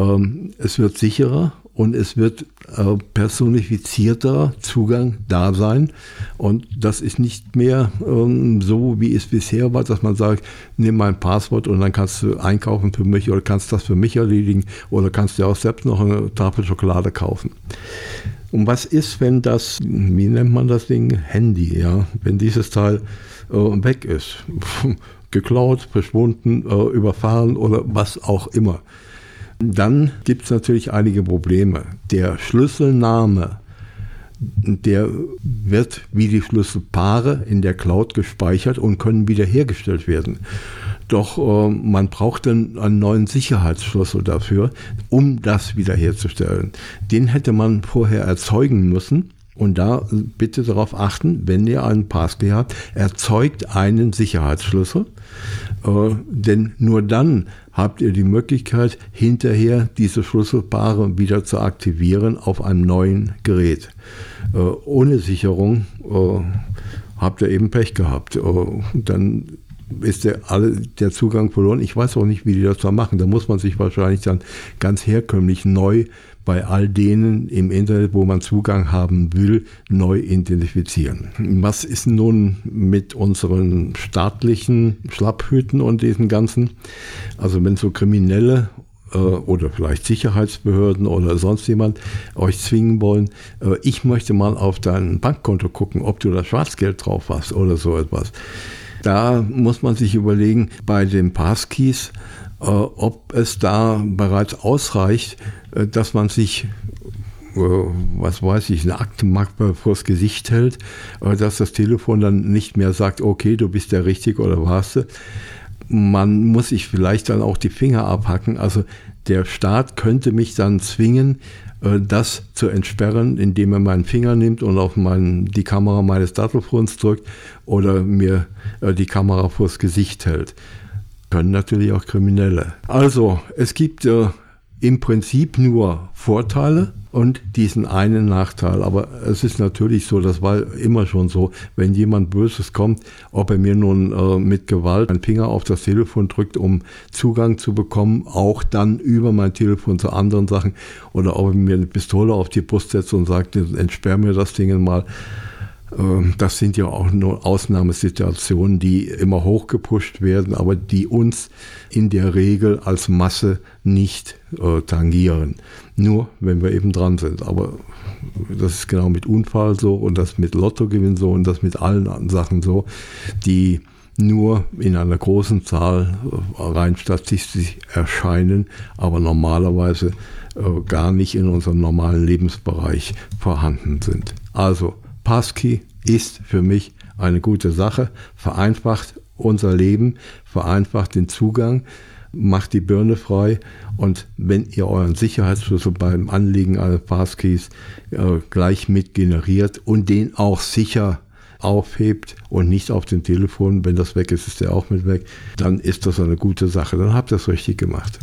es wird sicherer und es wird personifizierter Zugang da sein. Und das ist nicht mehr so, wie es bisher war, dass man sagt, nimm mein Passwort und dann kannst du einkaufen für mich oder kannst das für mich erledigen oder kannst dir auch selbst noch eine Tafel Schokolade kaufen. Und was ist, wenn das, wie nennt man das Ding, Handy, ja, wenn dieses Teil weg ist, geklaut, verschwunden, überfahren oder was auch immer? Dann gibt es natürlich einige Probleme. Der Schlüsselname, der wird wie die Schlüsselpaare in der Cloud gespeichert und können wiederhergestellt werden. Doch man braucht dann einen neuen Sicherheitsschlüssel dafür, um das wiederherzustellen. Den hätte man vorher erzeugen müssen. Und da bitte darauf achten, wenn ihr einen Passkey habt, erzeugt einen Sicherheitsschlüssel, denn nur dann habt ihr die Möglichkeit, hinterher diese Schlüsselpaare wieder zu aktivieren auf einem neuen Gerät. Ohne Sicherung habt ihr eben Pech gehabt. Dann ist der Zugang verloren. Ich weiß auch nicht, wie die das da machen. Da muss man sich wahrscheinlich dann ganz herkömmlich neu bei all denen im Internet, wo man Zugang haben will, neu identifizieren. Was ist nun mit unseren staatlichen Schlapphüten und diesen ganzen? Also wenn so Kriminelle oder vielleicht Sicherheitsbehörden oder sonst jemand euch zwingen wollen, ich möchte mal auf dein Bankkonto gucken, ob du da Schwarzgeld drauf hast oder so etwas. Da muss man sich überlegen, bei den Passkeys, ob es da bereits ausreicht, dass man sich, eine Aktenmappe vors Gesicht hält, dass das Telefon dann nicht mehr sagt, okay, du bist der Richtige oder warst du. Man muss sich vielleicht dann auch die Finger abhacken. Also der Staat könnte mich dann zwingen, das zu entsperren, indem er meinen Finger nimmt und auf die Kamera meines Dattelfons drückt oder mir die Kamera vors Gesicht hält. Können natürlich auch Kriminelle. Also es gibt im Prinzip nur Vorteile und diesen einen Nachteil. Aber es ist natürlich so, das war immer schon so, wenn jemand Böses kommt, ob er mir nun mit Gewalt einen Finger auf das Telefon drückt, um Zugang zu bekommen, auch dann über mein Telefon zu anderen Sachen, oder ob er mir eine Pistole auf die Brust setzt und sagt, entsperr mir das Ding mal. Das sind ja auch nur Ausnahmesituationen, die immer hochgepusht werden, aber die uns in der Regel als Masse nicht tangieren. Nur wenn wir eben dran sind. Aber das ist genau mit Unfall so und das mit Lottogewinn so und das mit allen Sachen so, die nur in einer großen Zahl rein statistisch erscheinen, aber normalerweise gar nicht in unserem normalen Lebensbereich vorhanden sind. Also Passkey ist für mich eine gute Sache, vereinfacht unser Leben, vereinfacht den Zugang, macht die Birne frei und wenn ihr euren Sicherheitsschlüssel beim Anlegen eines Passkeys gleich mit generiert und den auch sicher aufhebt und nicht auf dem Telefon, wenn das weg ist, ist der auch mit weg, dann ist das eine gute Sache, dann habt ihr es richtig gemacht.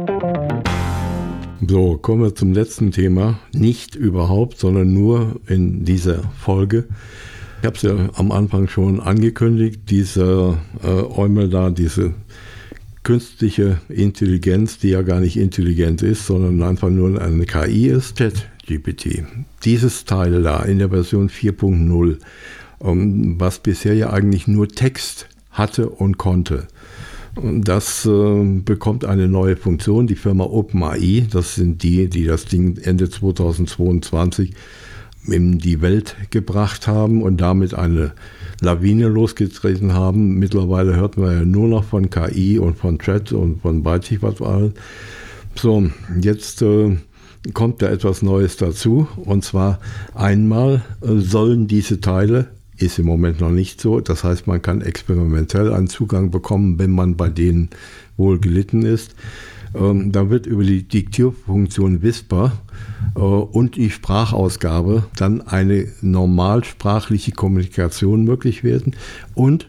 So, kommen wir zum letzten Thema. Nicht überhaupt, sondern nur in dieser Folge. Ich habe es ja am Anfang schon angekündigt, dieser Eumel da, diese künstliche Intelligenz, die ja gar nicht intelligent ist, sondern einfach nur eine KI ist, ChatGPT. Dieses Teil da in der Version 4.0, was bisher ja eigentlich nur Text hatte und konnte. Das bekommt eine neue Funktion. Die Firma OpenAI, das sind die das Ding Ende 2022 in die Welt gebracht haben und damit eine Lawine losgetreten haben. Mittlerweile hört man ja nur noch von KI und von Chat und von weiß ich was allen. So, jetzt kommt da etwas Neues dazu. Und zwar einmal sollen diese Teile, ist im Moment noch nicht so, das heißt, man kann experimentell einen Zugang bekommen, wenn man bei denen wohl gelitten ist. Da wird über die Diktierfunktion Whisper und die Sprachausgabe dann eine normalsprachliche Kommunikation möglich werden. Und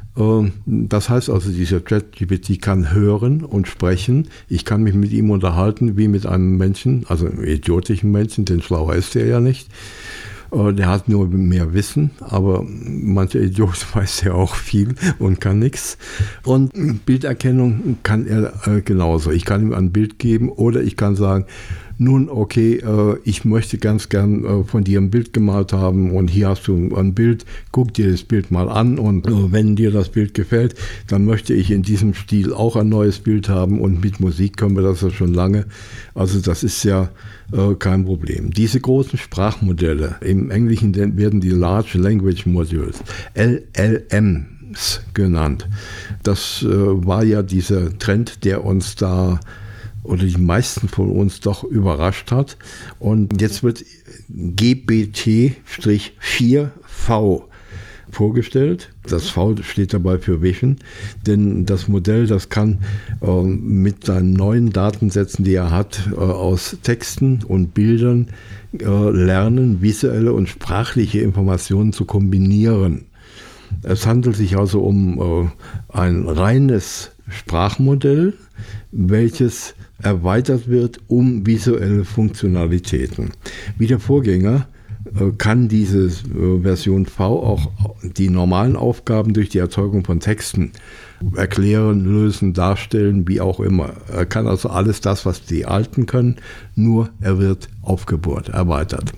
das heißt also, dieser ChatGPT kann hören und sprechen. Ich kann mich mit ihm unterhalten wie mit einem Menschen, also einem idiotischen Menschen, denn schlauer ist er ja nicht. Der hat nur mehr Wissen, aber mancher Idiot weiß ja auch viel und kann nichts. Und Bilderkennung kann er genauso. Ich kann ihm ein Bild geben oder ich kann sagen, nun okay, ich möchte ganz gern von dir ein Bild gemalt haben und hier hast du ein Bild, guck dir das Bild mal an und wenn dir das Bild gefällt, dann möchte ich in diesem Stil auch ein neues Bild haben und mit Musik können wir das ja schon lange. Also das ist ja kein Problem. Diese großen Sprachmodelle, im Englischen werden die Large Language Modules, LLMs genannt. Das war ja dieser Trend, der uns da oder die meisten von uns doch überrascht hat. Und jetzt wird GPT-4V vorgestellt. Das V steht dabei für Vision, denn das Modell, das kann mit seinen neuen Datensätzen, die er hat, aus Texten und Bildern lernen, visuelle und sprachliche Informationen zu kombinieren. Es handelt sich also um ein reines Sprachmodell, welches erweitert wird um visuelle Funktionalitäten. Wie der Vorgänger kann diese Version V auch die normalen Aufgaben durch die Erzeugung von Texten erklären, lösen, darstellen, wie auch immer. Er kann also alles das, was die Alten können, nur er wird aufgebohrt, erweitert.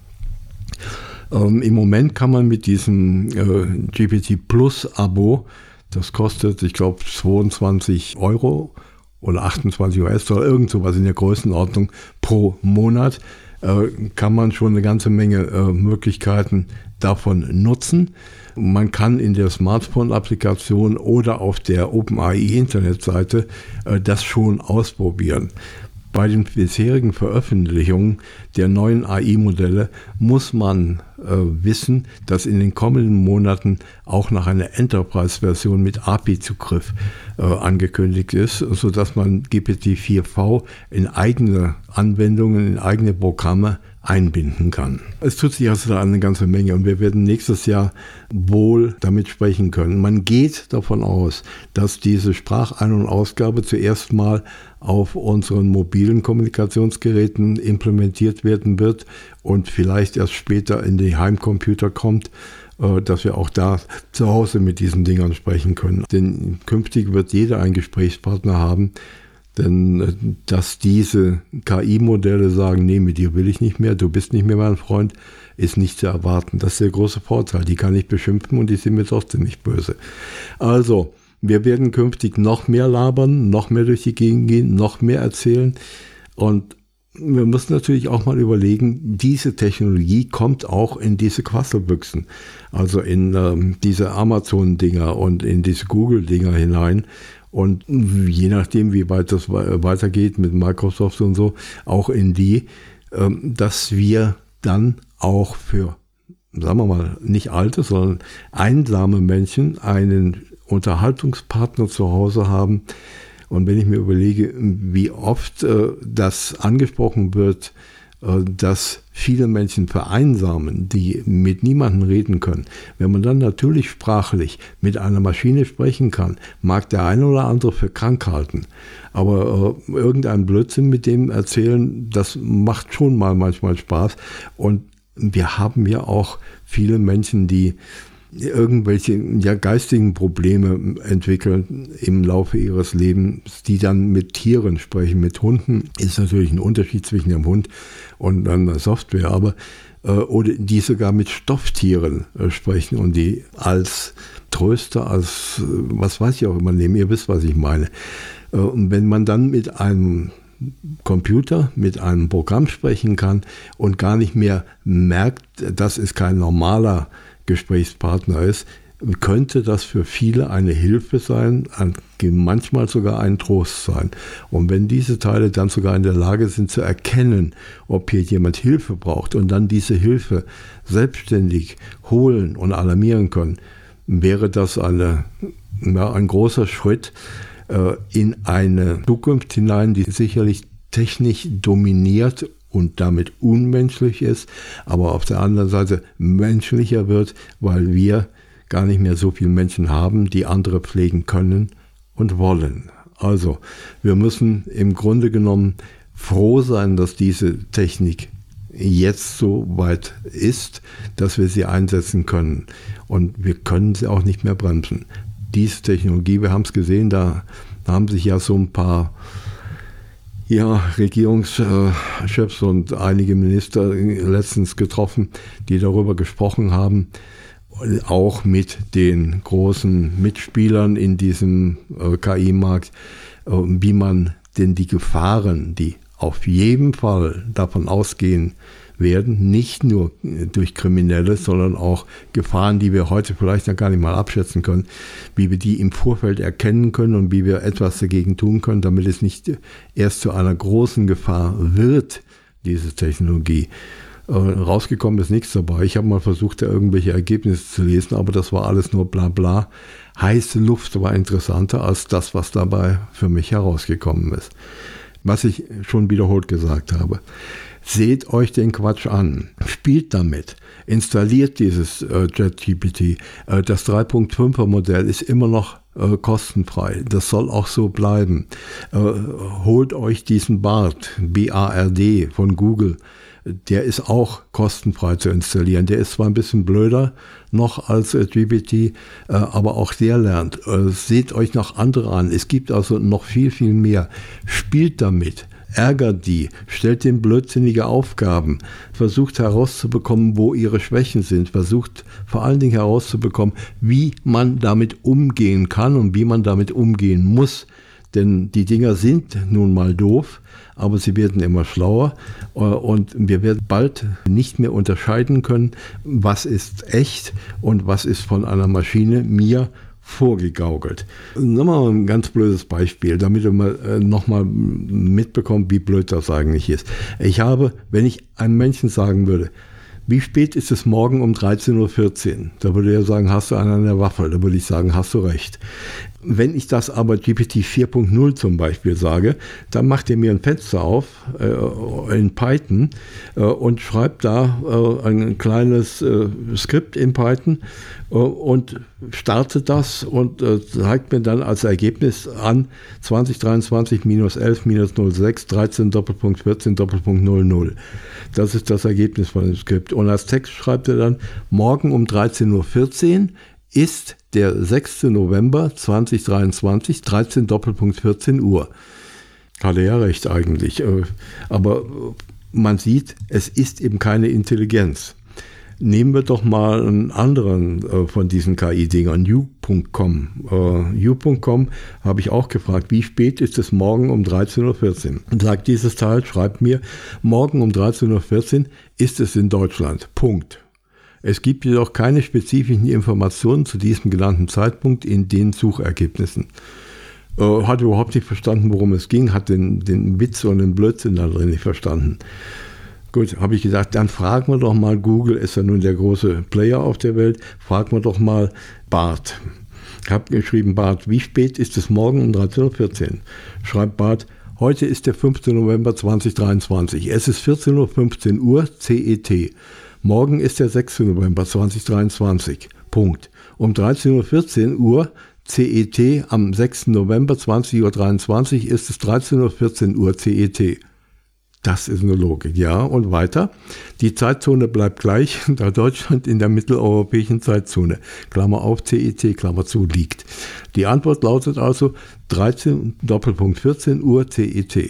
Im Moment kann man mit diesem GPT Plus Abo, das kostet, ich glaube, 22 € oder 28 US-Dollar, irgend sowas in der Größenordnung pro Monat, kann man schon eine ganze Menge Möglichkeiten davon nutzen. Man kann in der Smartphone-Applikation oder auf der OpenAI-Internetseite das schon ausprobieren. Bei den bisherigen Veröffentlichungen der neuen AI-Modelle muss man wissen, dass in den kommenden Monaten auch noch eine Enterprise-Version mit API-Zugriff angekündigt ist, sodass man GPT-4V in eigene Anwendungen, in eigene Programme einbinden kann. Es tut sich also da eine ganze Menge und wir werden nächstes Jahr wohl damit sprechen können. Man geht davon aus, dass diese Sprachein- und Ausgabe zuerst mal auf unseren mobilen Kommunikationsgeräten implementiert werden wird und vielleicht erst später in die Heimcomputer kommt, dass wir auch da zu Hause mit diesen Dingern sprechen können. Denn künftig wird jeder einen Gesprächspartner haben, Denn dass diese KI-Modelle sagen, nee, mit dir will ich nicht mehr, du bist nicht mehr mein Freund, ist nicht zu erwarten. Das ist der große Vorteil. Die kann ich beschimpfen und die sind mir trotzdem nicht böse. Also, wir werden künftig noch mehr labern, noch mehr durch die Gegend gehen, noch mehr erzählen. Und wir müssen natürlich auch mal überlegen, diese Technologie kommt auch in diese Quasselbüchsen, also in diese Amazon-Dinger und in diese Google-Dinger hinein. Und je nachdem, wie weit das weitergeht mit Microsoft und so, auch in die, dass wir dann auch für, sagen wir mal, nicht alte, sondern einsame Menschen einen Unterhaltungspartner zu Hause haben. Und wenn ich mir überlege, wie oft das angesprochen wird, dass viele Menschen vereinsamen, die mit niemandem reden können. Wenn man dann natürlich sprachlich mit einer Maschine sprechen kann, mag der eine oder andere für krank halten. Aber irgendein Blödsinn mit dem erzählen, das macht schon mal manchmal Spaß. Und wir haben ja auch viele Menschen, die irgendwelche geistigen Probleme entwickeln im Laufe ihres Lebens, die dann mit Tieren sprechen. Mit Hunden ist natürlich ein Unterschied zwischen dem Hund und einer Software, aber oder die sogar mit Stofftieren sprechen und die als Tröster, als was weiß ich auch immer nehmen. Ihr wisst, was ich meine. Und wenn man dann mit einem Computer, mit einem Programm sprechen kann und gar nicht mehr merkt, das ist kein normaler Gesprächspartner ist, könnte das für viele eine Hilfe sein, manchmal sogar ein Trost sein. Und wenn diese Teile dann sogar in der Lage sind zu erkennen, ob hier jemand Hilfe braucht und dann diese Hilfe selbstständig holen und alarmieren können, wäre das ein großer Schritt in eine Zukunft hinein, die sicherlich technisch dominiert und damit unmenschlich ist, aber auf der anderen Seite menschlicher wird, weil wir gar nicht mehr so viele Menschen haben, die andere pflegen können und wollen. Also, wir müssen im Grunde genommen froh sein, dass diese Technik jetzt so weit ist, dass wir sie einsetzen können. Und wir können sie auch nicht mehr bremsen. Diese Technologie, wir haben es gesehen, da haben sich ja so ein paar Regierungschefs und einige Minister letztens getroffen, die darüber gesprochen haben, auch mit den großen Mitspielern in diesem KI-Markt, wie man denn die Gefahren, die auf jeden Fall davon ausgehen werden, nicht nur durch Kriminelle, sondern auch Gefahren, die wir heute vielleicht noch gar nicht mal abschätzen können, wie wir die im Vorfeld erkennen können und wie wir etwas dagegen tun können, damit es nicht erst zu einer großen Gefahr wird, diese Technologie. Rausgekommen ist nichts dabei. Ich habe mal versucht, da irgendwelche Ergebnisse zu lesen, aber das war alles nur bla bla. Heiße Luft war interessanter als das, was dabei für mich herausgekommen ist. Was ich schon wiederholt gesagt habe. Seht euch den Quatsch an, spielt damit, installiert dieses ChatGPT. Das 3.5er Modell ist immer noch kostenfrei, das soll auch so bleiben. Holt euch diesen BARD, B-A-R-D von Google, der ist auch kostenfrei zu installieren. Der ist zwar ein bisschen blöder noch als GPT, aber auch der lernt. Seht euch noch andere an, es gibt also noch viel, viel mehr. Spielt damit. Ärgert die, stellt denen blödsinnige Aufgaben, versucht herauszubekommen, wo ihre Schwächen sind, versucht vor allen Dingen herauszubekommen, wie man damit umgehen kann und wie man damit umgehen muss. Denn die Dinger sind nun mal doof, aber sie werden immer schlauer und wir werden bald nicht mehr unterscheiden können, was ist echt und was ist von einer Maschine mir vorgegaukelt. Nochmal ein ganz blödes Beispiel, damit ihr mal nochmal mitbekommt, wie blöd das eigentlich ist. Ich habe, wenn ich einem Menschen sagen würde, wie spät ist es morgen um 13.14 Uhr? Da würde er sagen, hast du einen an der Waffel? Da würde ich sagen, hast du recht. Wenn ich das aber GPT 4.0 zum Beispiel sage, dann macht er mir ein Fenster auf in Python und schreibt da ein kleines Skript in Python und startet das und zeigt mir dann als Ergebnis an 2023 -11 -06 13 Doppelpunkt 14 Doppelpunkt 00. Das ist das Ergebnis von dem Skript. Und als Text schreibt er dann, morgen um 13.14 Uhr ist der 6. November 2023, 13 Doppelpunkt 14 Uhr. Hat er ja recht eigentlich. Aber man sieht, es ist eben keine Intelligenz. Nehmen wir doch mal einen anderen von diesen KI-Dingern, U.com. U.com habe ich auch gefragt, wie spät ist es morgen um 13.14 Uhr? Und sagt dieses Teil, schreibt mir, morgen um 13.14 Uhr ist es in Deutschland. Punkt. Es gibt jedoch keine spezifischen Informationen zu diesem genannten Zeitpunkt in den Suchergebnissen. Hat überhaupt nicht verstanden, worum es ging, hat den Witz und den Blödsinn da drin nicht verstanden. Gut, habe ich gesagt, dann fragen wir doch mal, Google ist ja nun der große Player auf der Welt, fragen wir doch mal Bart. Ich habe geschrieben, Bart, wie spät ist es morgen um 13.14 Uhr? Schreibt Bart, heute ist der 15. November 2023. Es ist 14.15 Uhr CET. Morgen ist der 6. November 2023. Punkt. Um 13.14 Uhr CET am 6. November 20.23 Uhr ist es 13.14 Uhr CET. Das ist eine Logik, ja. Und weiter. Die Zeitzone bleibt gleich, da Deutschland in der mitteleuropäischen Zeitzone, Klammer auf, CET, Klammer zu, liegt. Die Antwort lautet also 14 Uhr CET.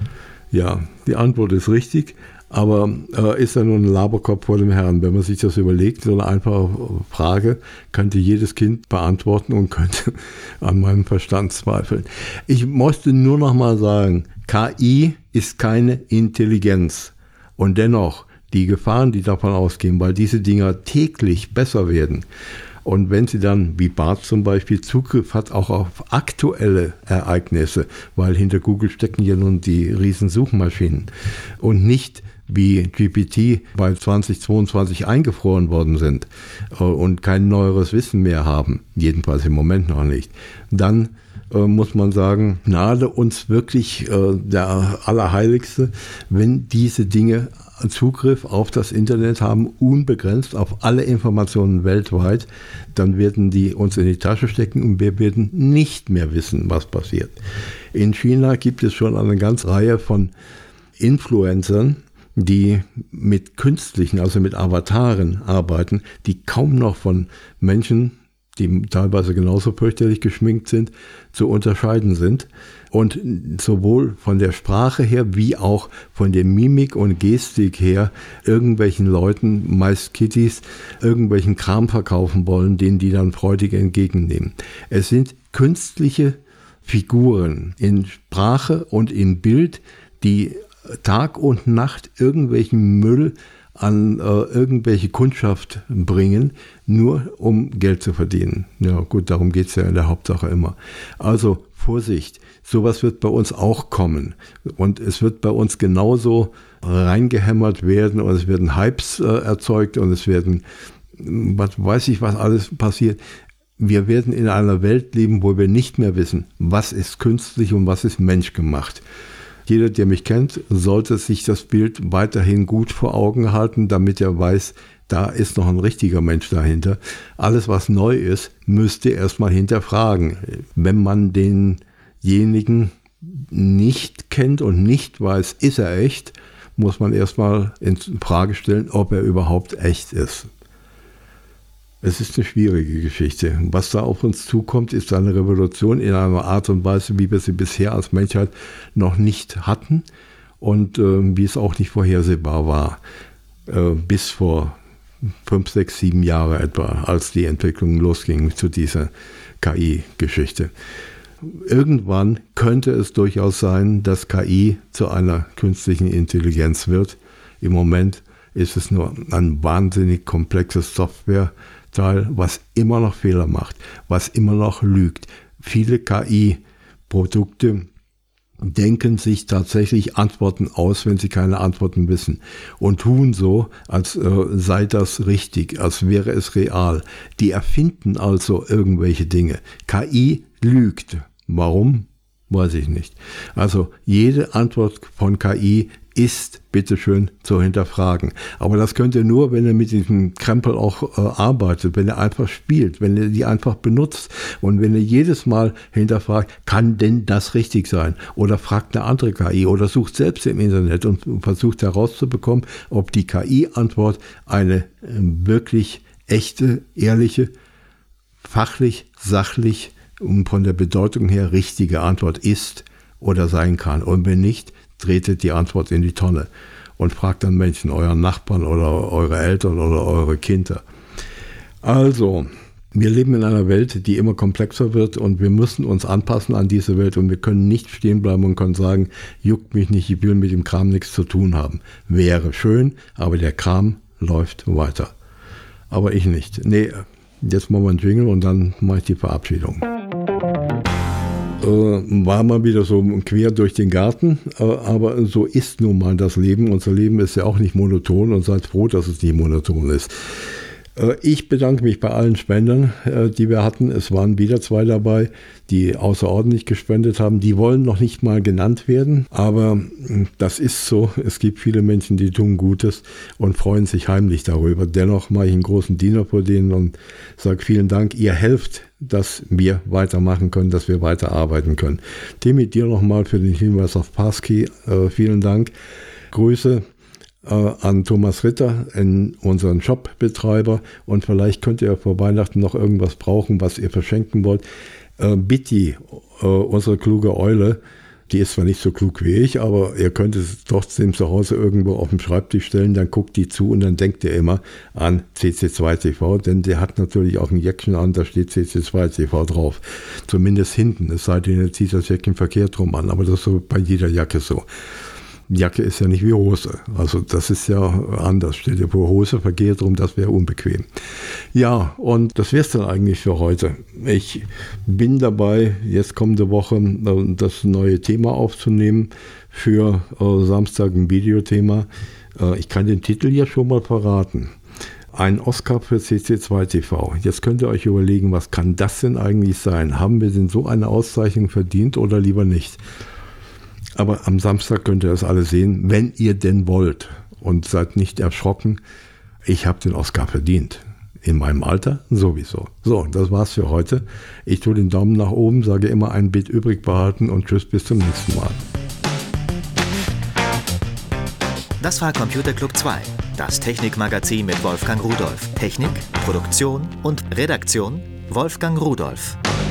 Ja, die Antwort ist richtig, aber ist ja nur ein Laberkopf vor dem Herrn. Wenn man sich das überlegt, so eine einfache Frage könnte jedes Kind beantworten und könnte an meinem Verstand zweifeln. Ich möchte nur noch mal sagen, KI ist keine Intelligenz. Und dennoch, die Gefahren, die davon ausgehen, weil diese Dinger täglich besser werden. Und wenn sie dann, wie Bart zum Beispiel, Zugriff hat auch auf aktuelle Ereignisse, weil hinter Google stecken ja nun die riesen Suchmaschinen und nicht wie GPT bei 2022 eingefroren worden sind und kein neueres Wissen mehr haben, jedenfalls im Moment noch nicht, dann muss man sagen, gnade uns wirklich der Allerheiligste, wenn diese Dinge Zugriff auf das Internet haben, unbegrenzt auf alle Informationen weltweit, dann werden die uns in die Tasche stecken und wir werden nicht mehr wissen, was passiert. In China gibt es schon eine ganze Reihe von Influencern, die mit künstlichen, also mit Avataren arbeiten, die kaum noch von Menschen, die teilweise genauso fürchterlich geschminkt sind, zu unterscheiden sind. Und sowohl von der Sprache her, wie auch von der Mimik und Gestik her, irgendwelchen Leuten, meist Kitties, irgendwelchen Kram verkaufen wollen, den die dann freudig entgegennehmen. Es sind künstliche Figuren in Sprache und in Bild, die Tag und Nacht irgendwelchen Müll an irgendwelche Kundschaft bringen, nur um Geld zu verdienen. Ja gut, darum geht es ja in der Hauptsache immer. Also Vorsicht, sowas wird bei uns auch kommen. Und es wird bei uns genauso reingehämmert werden und es werden Hypes erzeugt und es werden, was weiß ich, was alles passiert. Wir werden in einer Welt leben, wo wir nicht mehr wissen, was ist künstlich und was ist menschgemacht. Jeder, der mich kennt, sollte sich das Bild weiterhin gut vor Augen halten, damit er weiß, da ist noch ein richtiger Mensch dahinter. Alles, was neu ist, müsst ihr erstmal hinterfragen. Wenn man denjenigen nicht kennt und nicht weiß, ist er echt, muss man erstmal in Frage stellen, ob er überhaupt echt ist. Es ist eine schwierige Geschichte. Was da auf uns zukommt, ist eine Revolution in einer Art und Weise, wie wir sie bisher als Menschheit noch nicht hatten und wie es auch nicht vorhersehbar war. Bis vor 5, 6, 7 Jahre etwa, als die Entwicklung losging zu dieser KI-Geschichte. Irgendwann könnte es durchaus sein, dass KI zu einer künstlichen Intelligenz wird. Im Moment ist es nur ein wahnsinnig komplexes Softwareteil, was immer noch Fehler macht, was immer noch lügt. Viele KI-Produkte denken sich tatsächlich Antworten aus, wenn sie keine Antworten wissen und tun so, als sei das richtig, als wäre es real. Die erfinden also irgendwelche Dinge. KI lügt. Warum? Weiß ich nicht. Also jede Antwort von KI ist bitteschön zu hinterfragen. Aber das könnt ihr nur, wenn ihr mit diesem Krempel auch arbeitet, wenn ihr einfach spielt, wenn ihr die einfach benutzt und wenn ihr jedes Mal hinterfragt, kann denn das richtig sein? Oder fragt eine andere KI oder sucht selbst im Internet und versucht herauszubekommen, ob die KI-Antwort eine wirklich echte, ehrliche, fachlich, sachlich und von der Bedeutung her richtige Antwort ist oder sein kann. Und wenn nicht, tretet die Antwort in die Tonne und fragt dann Menschen, euren Nachbarn oder eure Eltern oder eure Kinder. Also, wir leben in einer Welt, die immer komplexer wird und wir müssen uns anpassen an diese Welt und wir können nicht stehen bleiben und können sagen, juckt mich nicht, ich will mit dem Kram nichts zu tun haben. Wäre schön, aber der Kram läuft weiter. Aber ich nicht. Nee, jetzt machen wir einen Jingle und dann mache ich die Verabschiedung. War mal wieder so quer durch den Garten, aber so ist nun mal das Leben. Unser Leben ist ja auch nicht monoton und seid froh, dass es nicht monoton ist. Ich bedanke mich bei allen Spendern, die wir hatten. Es waren wieder 2 dabei, die außerordentlich gespendet haben. Die wollen noch nicht mal genannt werden, aber das ist so. Es gibt viele Menschen, die tun Gutes und freuen sich heimlich darüber. Dennoch mache ich einen großen Diener vor denen und sage vielen Dank. Ihr helft, dass wir weitermachen können, dass wir weiterarbeiten können. Timmy, dir nochmal für den Hinweis auf Passkey. Vielen Dank. Grüße an Thomas Ritter, unseren Shop-Betreiber, und vielleicht könnt ihr vor Weihnachten noch irgendwas brauchen, was ihr verschenken wollt. Bitty, unsere kluge Eule, die ist zwar nicht so klug wie ich, aber ihr könnt es trotzdem zu Hause irgendwo auf dem Schreibtisch stellen, dann guckt die zu und dann denkt ihr immer an CC2TV, denn der hat natürlich auch ein Jäckchen an, da steht CC2TV drauf. Zumindest hinten, es sei denn, ihr zieht das Jäckchen verkehrt rum an, aber das ist so bei jeder Jacke so. Jacke ist ja nicht wie Hose, also das ist ja anders. Stell dir vor, Hose verkehrt rum, das wäre unbequem. Ja, und das wäre es dann eigentlich für heute. Ich bin dabei, jetzt kommende Woche das neue Thema aufzunehmen für Samstag, ein Videothema. Ich kann den Titel ja schon mal verraten. Ein Oscar für CC2TV. Jetzt könnt ihr euch überlegen, was kann das denn eigentlich sein? Haben wir denn so eine Auszeichnung verdient oder lieber nicht? Aber am Samstag könnt ihr das alle sehen, wenn ihr denn wollt. Und seid nicht erschrocken, ich habe den Oscar verdient. In meinem Alter sowieso. So, das war's für heute. Ich tue den Daumen nach oben, sage immer ein Bit übrig behalten und tschüss, bis zum nächsten Mal. Das war Computer Club 2, das Technikmagazin mit Wolfgang Rudolph. Technik, Produktion und Redaktion Wolfgang Rudolph.